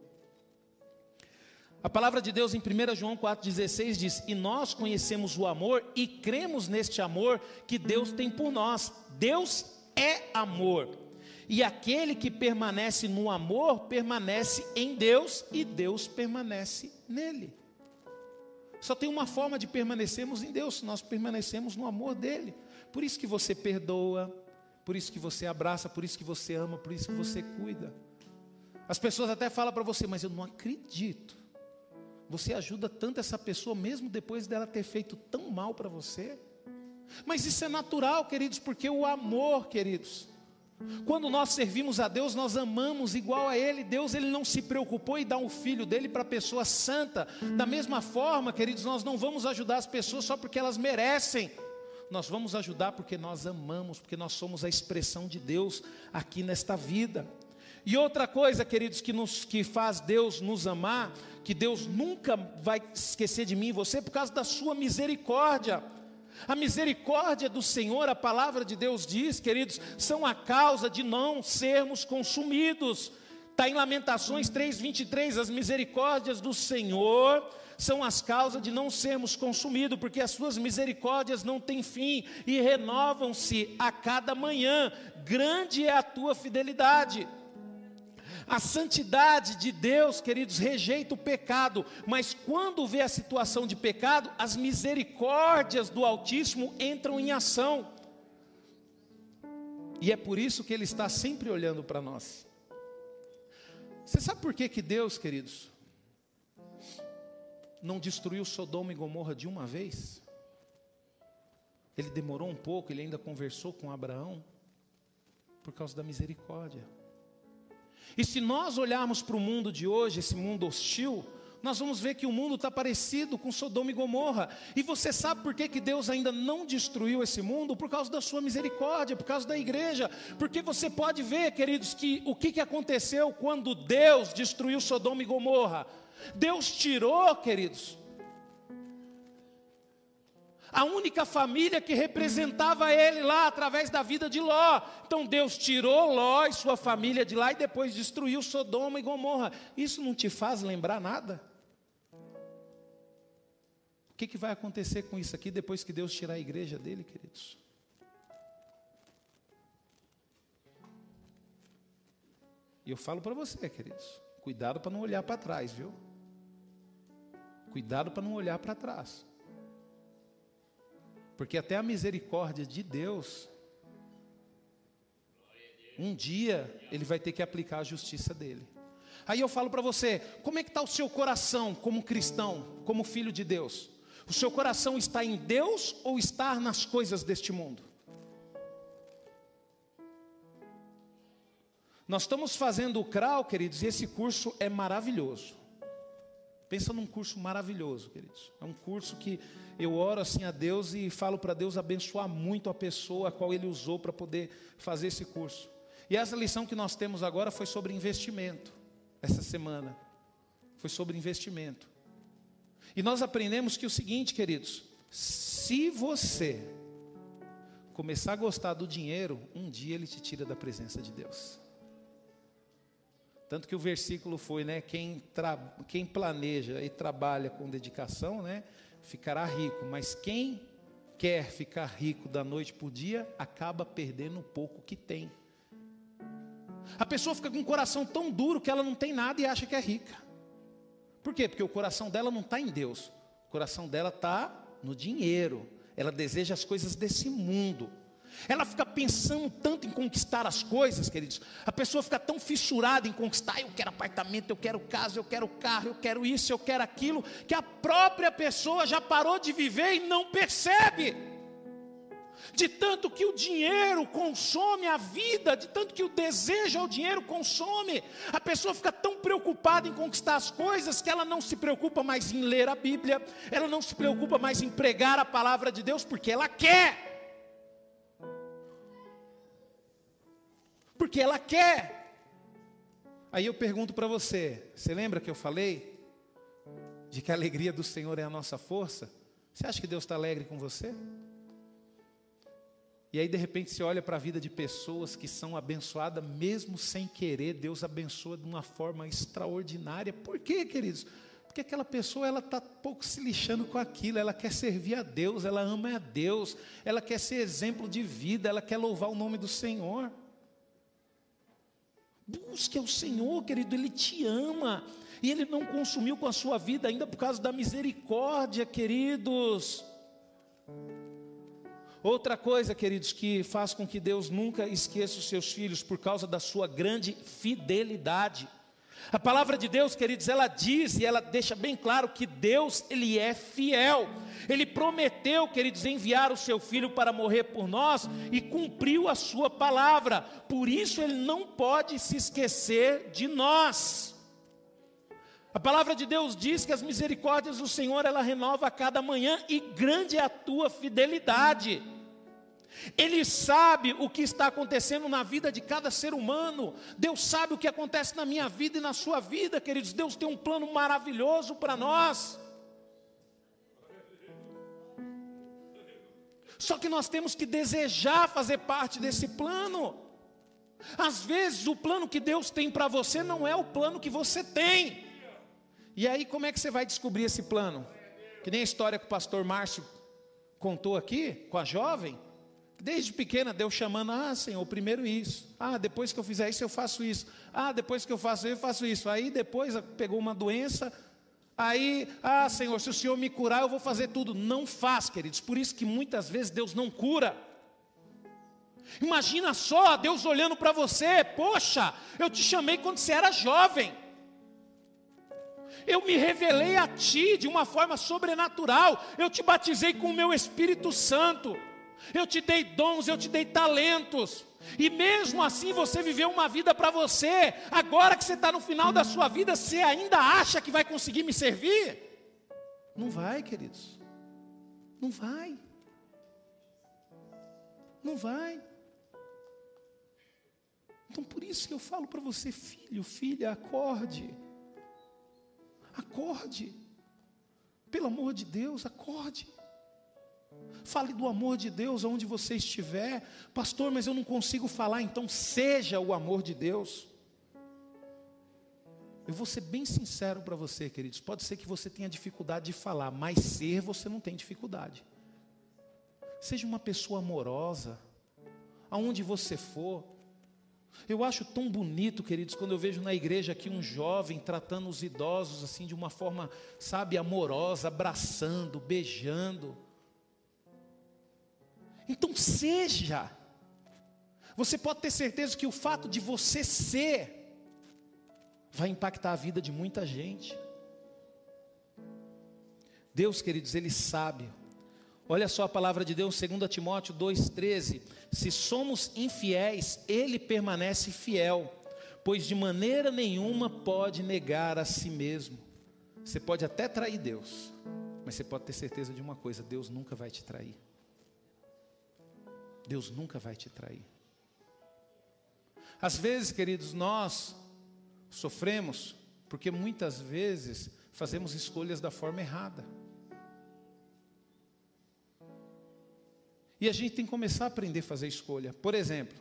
A palavra de Deus em 1 João 4,16 diz, e nós conhecemos o amor e cremos neste amor que Deus tem por nós. Deus é amor. E aquele que permanece no amor, permanece em Deus e Deus permanece nele. Só tem uma forma de permanecermos em Deus, nós permanecemos no amor dele. Por isso que você perdoa, por isso que você abraça, por isso que você ama, por isso que você cuida. As pessoas até falam para você, mas eu não acredito. Você ajuda tanto essa pessoa, mesmo depois dela ter feito tão mal para você. Mas isso é natural, queridos, porque o amor, queridos, quando nós servimos a Deus, nós amamos igual a Ele. Deus, Ele não se preocupou em dar um filho dele para a pessoa santa. Da mesma forma, queridos, nós não vamos ajudar as pessoas só porque elas merecem. Nós vamos ajudar porque nós amamos, porque nós somos a expressão de Deus aqui nesta vida. E outra coisa, queridos, que faz Deus nos amar, que Deus nunca vai esquecer de mim e você, por causa da sua misericórdia. A misericórdia do Senhor, a palavra de Deus diz, queridos, são a causa de não sermos consumidos. Está em Lamentações 3:23, as misericórdias do Senhor são as causas de não sermos consumidos, porque as suas misericórdias não têm fim e renovam-se a cada manhã. Grande é a tua fidelidade. A santidade de Deus, queridos, rejeita o pecado, mas quando vê a situação de pecado, as misericórdias do Altíssimo entram em ação. E é por isso que Ele está sempre olhando para nós. Você sabe por que Deus, queridos, não destruiu Sodoma e Gomorra de uma vez? Ele demorou um pouco, Ele ainda conversou com Abraão, por causa da misericórdia. E se nós olharmos para o mundo de hoje, esse mundo hostil, nós vamos ver que o mundo está parecido com Sodoma e Gomorra. E você sabe por que Deus ainda não destruiu esse mundo? Por causa da sua misericórdia, por causa da igreja. Porque você pode ver, queridos, que o que aconteceu quando Deus destruiu Sodoma e Gomorra? Deus tirou, queridos, a única família que representava Ele lá, através da vida de Ló. Então Deus tirou Ló e sua família de lá e depois destruiu Sodoma e Gomorra. Isso não te faz lembrar nada? O que vai acontecer com isso aqui depois que Deus tirar a igreja dele, queridos? E eu falo para você, queridos, cuidado para não olhar para trás, viu? Cuidado para não olhar para trás. Porque até a misericórdia de Deus, um dia Ele vai ter que aplicar a justiça dEle. Aí eu falo para você, como é que está o seu coração como cristão, como filho de Deus? O seu coração está em Deus ou está nas coisas deste mundo? Nós estamos fazendo o CRAU, queridos, e esse curso é maravilhoso. Pensa num curso maravilhoso, queridos. É um curso que eu oro assim a Deus e falo para Deus abençoar muito a pessoa a qual Ele usou para poder fazer esse curso. E essa lição que nós temos agora foi sobre investimento. Essa semana foi sobre investimento. E nós aprendemos que o seguinte, queridos, se você começar a gostar do dinheiro, um dia ele te tira da presença de Deus. Tanto que o versículo foi, né, quem planeja e trabalha com dedicação, né, ficará rico. Mas quem quer ficar rico da noite para o dia, acaba perdendo o pouco que tem. A pessoa fica com um coração tão duro que ela não tem nada e acha que é rica. Por quê? Porque o coração dela não está em Deus. O coração dela está no dinheiro. Ela deseja as coisas desse mundo. Ela fica pensando tanto em conquistar as coisas, queridos. A pessoa fica tão fissurada em conquistar. Eu quero apartamento, eu quero casa, eu quero carro, eu quero isso, eu quero aquilo, que a própria pessoa já parou de viver e não percebe. De tanto que o dinheiro consome a vida, de tanto que o desejo ao dinheiro consome. A pessoa fica tão preocupada em conquistar as coisas que ela não se preocupa mais em ler a Bíblia. Ela não se preocupa mais em pregar a palavra de Deus, porque ela quer. Porque ela quer. Aí eu pergunto para você, você lembra que eu falei de que a alegria do Senhor é a nossa força? Você acha que Deus está alegre com você? E aí de repente você olha para a vida de pessoas que são abençoadas, mesmo sem querer, Deus abençoa de uma forma extraordinária. Por quê, queridos? Porque aquela pessoa, ela está pouco se lixando com aquilo, ela quer servir a Deus, ela ama a Deus, ela quer ser exemplo de vida, ela quer louvar o nome do Senhor. Busque ao Senhor, querido, Ele te ama. E Ele não consumiu com a sua vida ainda por causa da misericórdia, queridos. Outra coisa, queridos, que faz com que Deus nunca esqueça os seus filhos por causa da sua grande fidelidade. A palavra de Deus, queridos, ela diz e ela deixa bem claro que Deus, Ele é fiel. Ele prometeu, queridos, enviar o seu Filho para morrer por nós e cumpriu a sua palavra. Por isso Ele não pode se esquecer de nós. A palavra de Deus diz que as misericórdias do Senhor, ela renova a cada manhã e grande é a tua fidelidade. Ele sabe o que está acontecendo na vida de cada ser humano. Deus sabe o que acontece na minha vida e na sua vida, queridos. Deus tem um plano maravilhoso para nós. Só que nós temos que desejar fazer parte desse plano. Às vezes o plano que Deus tem para você não é o plano que você tem. E aí como é que você vai descobrir esse plano? Que nem a história que o pastor Márcio contou aqui, com a jovem. Desde pequena, Deus chamando, Senhor, primeiro isso. Depois que eu fizer isso, eu faço isso. Depois que eu faço isso. Aí depois pegou uma doença. Aí, Senhor, se o Senhor me curar, eu vou fazer tudo. Não faz, queridos. Por isso que muitas vezes Deus não cura. Imagina só, Deus olhando para você. Poxa, eu te chamei quando você era jovem. Eu me revelei a ti de uma forma sobrenatural. Eu te batizei com o meu Espírito Santo. Eu te dei dons, eu te dei talentos. E mesmo assim você viveu uma vida para você. Agora que você está no final da sua vida, você ainda acha que vai conseguir me servir? Não vai, queridos. Não vai. Não vai. Então por isso que eu falo para você, filho, filha, acorde. Acorde. Pelo amor de Deus, acorde. Fale do amor de Deus aonde você estiver. Pastor, mas eu não consigo falar. Então seja o amor de Deus. Eu vou ser bem sincero para você, queridos. Pode ser que você tenha dificuldade de falar, mas ser você não tem dificuldade. Seja uma pessoa amorosa, aonde você for. Eu acho tão bonito, queridos, quando eu vejo na igreja aqui um jovem tratando os idosos assim de uma forma, sabe, amorosa, abraçando, beijando. Então seja. Você pode ter certeza que o fato de você ser vai impactar a vida de muita gente. Deus, queridos, Ele sabe. Olha só a palavra de Deus, 2 Timóteo 2,13. Se somos infiéis, Ele permanece fiel, pois de maneira nenhuma pode negar a si mesmo. Você pode até trair Deus, mas você pode ter certeza de uma coisa: Deus nunca vai te trair. Deus nunca vai te trair. Às vezes, queridos, nós sofremos porque muitas vezes fazemos escolhas da forma errada. E a gente tem que começar a aprender a fazer escolha. Por exemplo,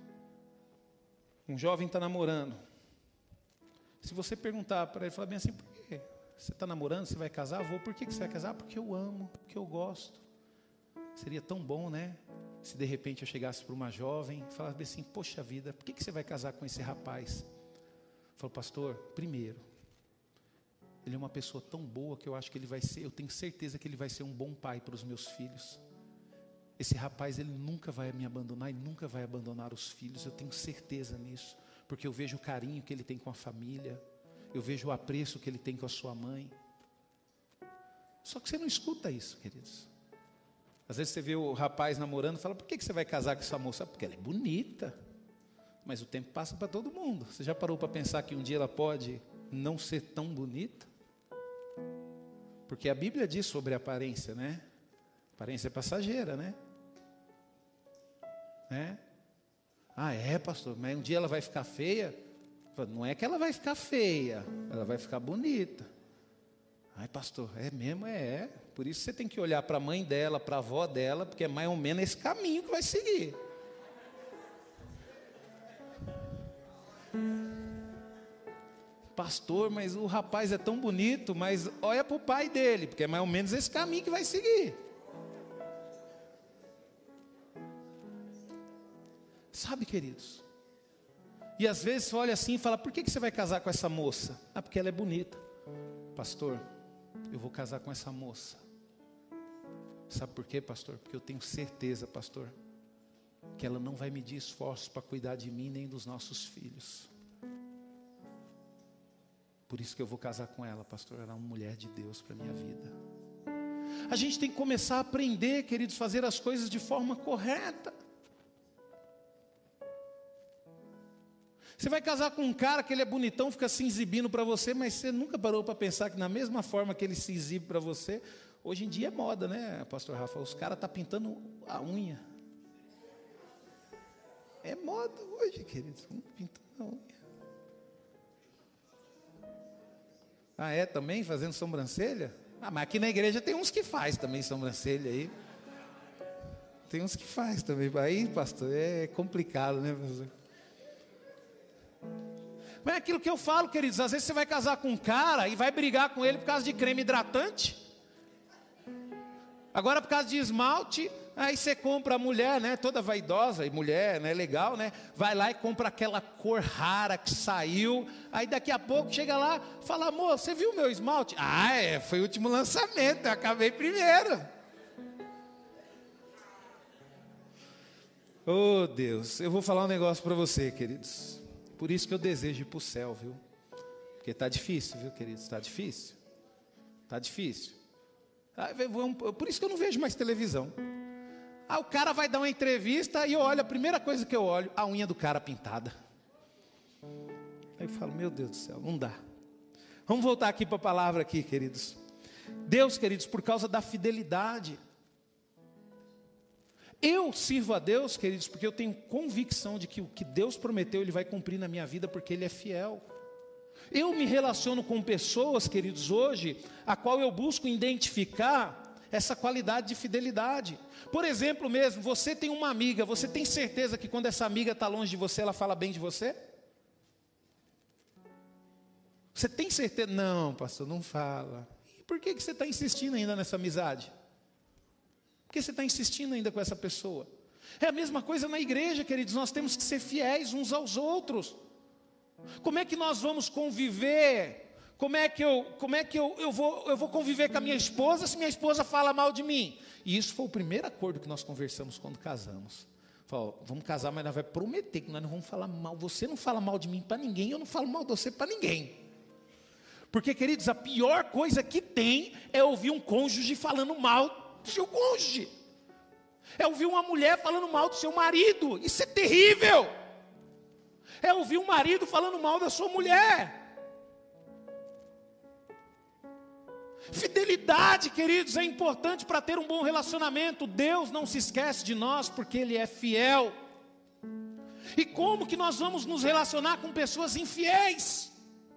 um jovem está namorando. Se você perguntar para ele, falar bem assim: por quê? Você está namorando, você vai casar? Vou. Por que você vai casar? Porque eu amo, porque eu gosto. Seria tão bom, né? Se de repente eu chegasse para uma jovem e falasse assim: poxa vida, por que você vai casar com esse rapaz? Falou: pastor, primeiro, ele é uma pessoa tão boa que eu acho que ele vai ser, eu tenho certeza que ele vai ser um bom pai para os meus filhos. Esse rapaz, ele nunca vai me abandonar e nunca vai abandonar os filhos, eu tenho certeza nisso, porque eu vejo o carinho que ele tem com a família, eu vejo o apreço que ele tem com a sua mãe. Só que você não escuta isso, queridos. Às vezes você vê o rapaz namorando e fala: por que você vai casar com essa moça? Porque ela é bonita. Mas o tempo passa para todo mundo. Você já parou para pensar que um dia ela pode não ser tão bonita? Porque a Bíblia diz sobre a aparência, né? Aparência é passageira, né? Pastor, mas um dia ela vai ficar feia? Não é que ela vai ficar feia, ela vai ficar bonita. Pastor, é mesmo? É. Por isso você tem que olhar para a mãe dela, para a avó dela, porque é mais ou menos esse caminho que vai seguir. Pastor, mas o rapaz é tão bonito, mas olha para o pai dele, porque é mais ou menos esse caminho que vai seguir. Sabe, queridos? E às vezes você olha assim e fala: por que você vai casar com essa moça? Porque ela é bonita. Pastor, eu vou casar com essa moça Sabe por quê, pastor? Porque eu tenho certeza, pastor, que ela não vai medir esforços para cuidar de mim nem dos nossos filhos. Por isso que eu vou casar com ela, pastor. Ela é uma mulher de Deus para a minha vida. A gente tem que começar a aprender, queridos, fazer as coisas de forma correta. Você vai casar com um cara que ele é bonitão, fica se exibindo para você, mas você nunca parou para pensar que na mesma forma que ele se exibe para você, hoje em dia é moda, né, pastor Rafa? Os caras estão pintando a unha. É moda hoje, queridos, pintando a unha. Ah, é também? Fazendo sobrancelha? Ah, mas aqui na igreja tem uns que faz também sobrancelha aí. Tem uns que faz também. Aí, pastor, é complicado, né, pastor? Mas é aquilo que eu falo, queridos, às vezes você vai casar com um cara e vai brigar com ele por causa de creme hidratante. Agora por causa de esmalte, aí você compra a mulher, né, toda vaidosa, e mulher, né, legal, né, vai lá e compra aquela cor rara que saiu, aí daqui a pouco chega lá, fala, amor, você viu meu esmalte? Ah, foi o último lançamento, eu acabei primeiro. Oh Deus, eu vou falar um negócio para você, queridos. Por isso que eu desejo ir para o céu, viu? Porque está difícil, viu, queridos? Está difícil. Está difícil. Por isso que eu não vejo mais televisão. O cara vai dar uma entrevista e eu olho, a primeira coisa que eu olho, a unha do cara pintada. Aí eu falo, meu Deus do céu, não dá. Vamos voltar aqui para a palavra aqui, queridos. Deus, queridos, por causa da fidelidade. Eu sirvo a Deus, queridos, porque eu tenho convicção de que o que Deus prometeu, Ele vai cumprir na minha vida, porque Ele é fiel. Eu me relaciono com pessoas, queridos, hoje, a qual eu busco identificar essa qualidade de fidelidade. Por exemplo mesmo, você tem uma amiga, você tem certeza que quando essa amiga está longe de você, ela fala bem de você? Você tem certeza? Não, pastor, não fala. E por que você está insistindo ainda nessa amizade? Por que você está insistindo ainda com essa pessoa? É a mesma coisa na igreja, queridos, nós temos que ser fiéis uns aos outros. Como é que nós vamos conviver? Como é que eu vou conviver com a minha esposa se minha esposa fala mal de mim? E isso foi o primeiro acordo que nós conversamos quando casamos. Falou, vamos casar, mas nós vamos prometer que nós não vamos falar mal. Você não fala mal de mim para ninguém, eu não falo mal de você para ninguém. Porque, queridos, a pior coisa que tem é ouvir um cônjuge falando mal do seu cônjuge. É ouvir uma mulher falando mal do seu marido. Isso é terrível. É ouvir um marido falando mal da sua mulher. Fidelidade, queridos, é importante para ter um bom relacionamento. Deus não se esquece de nós porque Ele é fiel. E como que nós vamos nos relacionar com pessoas infiéis?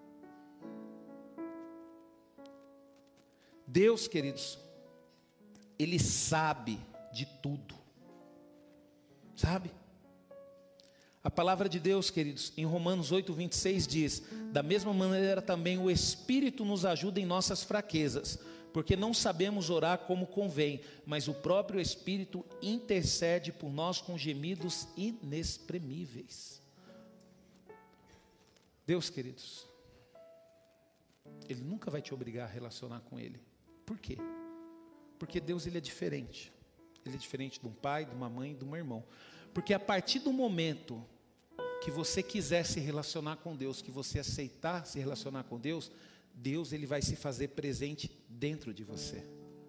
Deus, queridos, Ele sabe de tudo, sabe? A palavra de Deus, queridos, em Romanos 8:26 diz, da mesma maneira também o Espírito nos ajuda em nossas fraquezas, porque não sabemos orar como convém, mas o próprio Espírito intercede por nós com gemidos inexprimíveis. Deus, queridos, Ele nunca vai te obrigar a relacionar com Ele. Por quê? Porque Deus, Ele é diferente. Ele é diferente de um pai, de uma mãe, de um irmão. Porque a partir do momento que você quiser se relacionar com Deus, que você aceitar se relacionar com Deus, Deus, Ele vai se fazer presente dentro de você.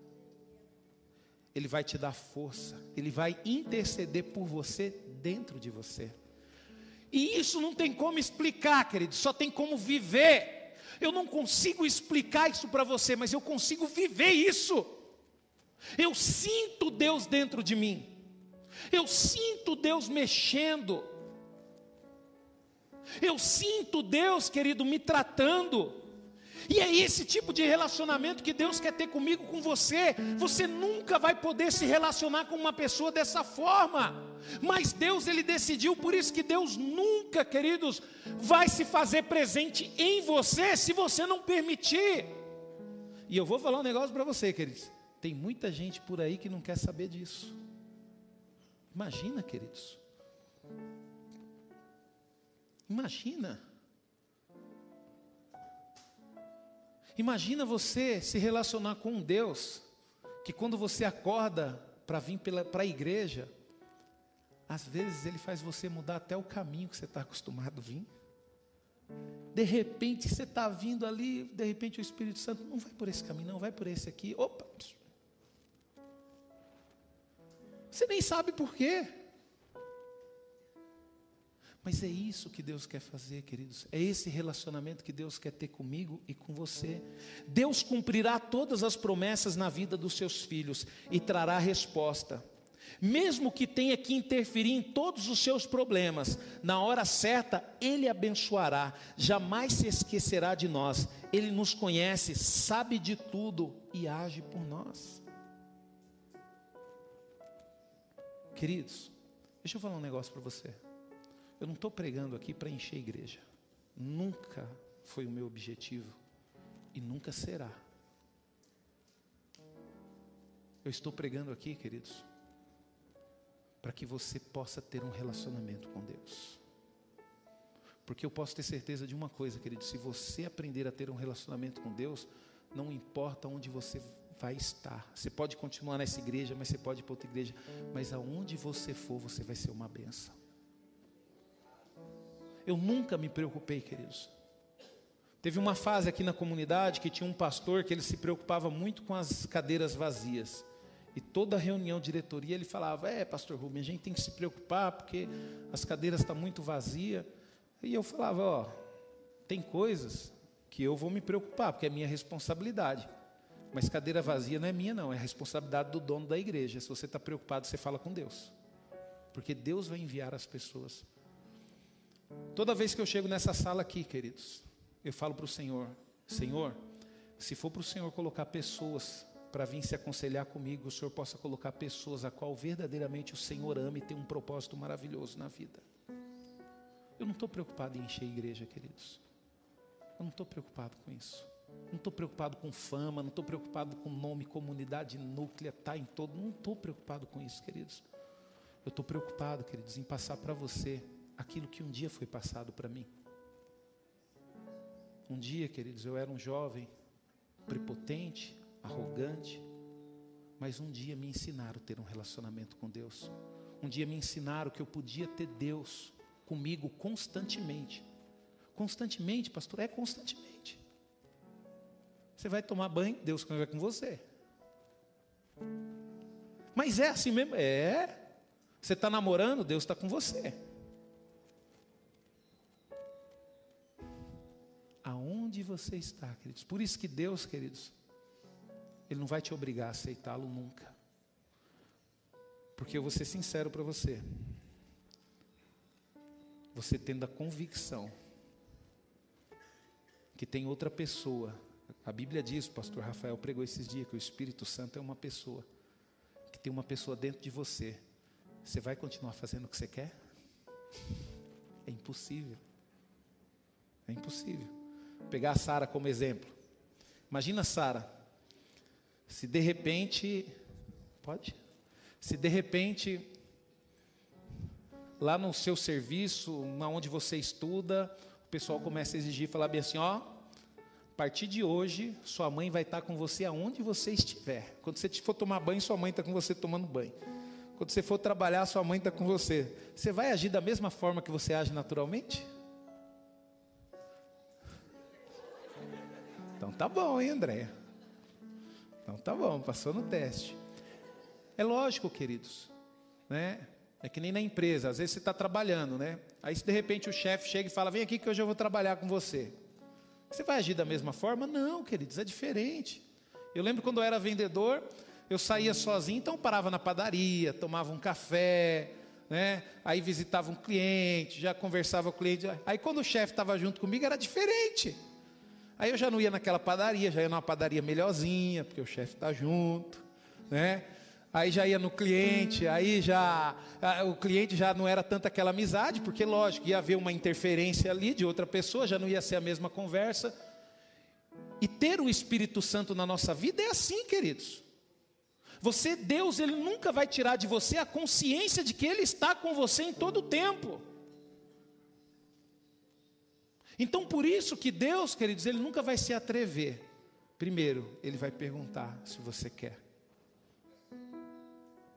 Ele vai te dar força. Ele vai interceder por você dentro de você. E isso não tem como explicar, querido, só tem como viver. Eu não consigo explicar isso para você, mas eu consigo viver isso. Eu sinto Deus dentro de mim. Eu sinto Deus mexendo. Eu sinto Deus, querido, me tratando. E é esse tipo de relacionamento que Deus quer ter comigo, com você. Você nunca vai poder se relacionar com uma pessoa dessa forma. Mas Deus, Ele decidiu, por isso que Deus nunca, queridos, vai se fazer presente em você, se você não permitir. E eu vou falar um negócio para você, queridos. Tem muita gente por aí que não quer saber disso. Imagina, queridos. Imagina. Imagina você se relacionar com um Deus que quando você acorda para vir para a igreja, às vezes Ele faz você mudar até o caminho que você está acostumado a vir. De repente você está vindo ali, de repente o Espírito Santo, não vai por esse caminho, não, vai por esse aqui. Opa! Você nem sabe por quê. Mas é isso que Deus quer fazer, queridos. É esse relacionamento que Deus quer ter comigo e com você. Deus cumprirá todas as promessas na vida dos seus filhos e trará resposta. Mesmo que tenha que interferir em todos os seus problemas, na hora certa, Ele abençoará, jamais se esquecerá de nós. Ele nos conhece, sabe de tudo e age por nós. Queridos, deixa eu falar um negócio para você. Eu não estou pregando aqui para encher a igreja. Nunca foi o meu objetivo e nunca será. Eu estou pregando aqui, queridos, para que você possa ter um relacionamento com Deus. Porque eu posso ter certeza de uma coisa, querido, se você aprender a ter um relacionamento com Deus, não importa onde você vai estar. Você pode continuar nessa igreja, mas você pode ir para outra igreja, mas aonde você for, você vai ser uma bênção. Eu nunca me preocupei, queridos. Teve uma fase aqui na comunidade que tinha um pastor que ele se preocupava muito com as cadeiras vazias. E toda reunião de diretoria ele falava, pastor Rubem, a gente tem que se preocupar porque as cadeiras estão muito vazias. E eu falava, tem coisas que eu vou me preocupar, porque é minha responsabilidade. Mas cadeira vazia não é minha não, é a responsabilidade do dono da igreja. Se você está preocupado, você fala com Deus. Porque Deus vai enviar as pessoas. Toda vez que eu chego nessa sala aqui, queridos, eu falo para o Senhor, Senhor, se for para o Senhor colocar pessoas para vir se aconselhar comigo, o Senhor possa colocar pessoas a qual verdadeiramente o Senhor ama e tem um propósito maravilhoso na vida. Eu não estou preocupado em encher a igreja, queridos. Eu não estou preocupado com isso. Não estou preocupado com fama, não estou preocupado com nome, comunidade núclea, tá em todo. Não estou preocupado com isso, queridos. Eu estou preocupado, queridos, em passar para você aquilo que um dia foi passado para mim. Um dia, queridos, eu era um jovem prepotente, arrogante, mas um dia me ensinaram a ter um relacionamento com Deus. Um dia me ensinaram que eu podia ter Deus comigo constantemente. Constantemente, pastor, é constantemente. Você vai tomar banho, Deus vai com você. Mas é assim mesmo? É. Você está namorando, Deus está com você. Aonde você está, queridos? Por isso que Deus, queridos, Ele não vai te obrigar a aceitá-lo nunca. Porque eu vou ser sincero para você. Você tendo a convicção que tem outra pessoa. A Bíblia diz, o pastor Rafael pregou esses dias, que o Espírito Santo é uma pessoa. Que tem uma pessoa dentro de você. Você vai continuar fazendo o que você quer? É impossível. É impossível. Vou pegar a Sara como exemplo. Imagina, Sara, se de repente, se de repente, lá no seu serviço, onde você estuda, o pessoal começa a exigir, falar bem assim, a partir de hoje, sua mãe vai estar com você aonde você estiver. Quando você for tomar banho, sua mãe está com você tomando banho. Quando você for trabalhar, sua mãe está com você. Você vai agir da mesma forma que você age naturalmente? Então tá bom, hein, Andréia? Então tá bom, passou no teste. É lógico, queridos, né? É que nem na empresa, às vezes você está trabalhando, né? Aí se de repente o chefe chega e fala, vem aqui que hoje eu vou trabalhar com você. Você vai agir da mesma forma? Não, queridos, é diferente. Eu lembro quando eu era vendedor, eu saía sozinho, então parava na padaria, tomava um café, né? Aí visitava um cliente, já conversava com o cliente. Aí quando o chefe estava junto comigo era diferente. Aí eu já não ia naquela padaria, já ia numa padaria melhorzinha, porque o chefe está junto, né? Aí já ia no cliente, aí já o cliente já não era tanta aquela amizade, porque lógico, ia haver uma interferência ali de outra pessoa, já não ia ser a mesma conversa. E ter o Espírito Santo na nossa vida é assim, queridos. Deus, Ele nunca vai tirar de você a consciência de que Ele está com você em todo o tempo. Então por isso que Deus, queridos, Ele nunca vai se atrever. Primeiro, Ele vai perguntar se você quer.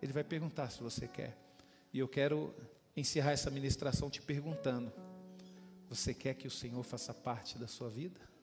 Ele vai perguntar se você quer. E eu quero encerrar essa ministração te perguntando: você quer que o Senhor faça parte da sua vida?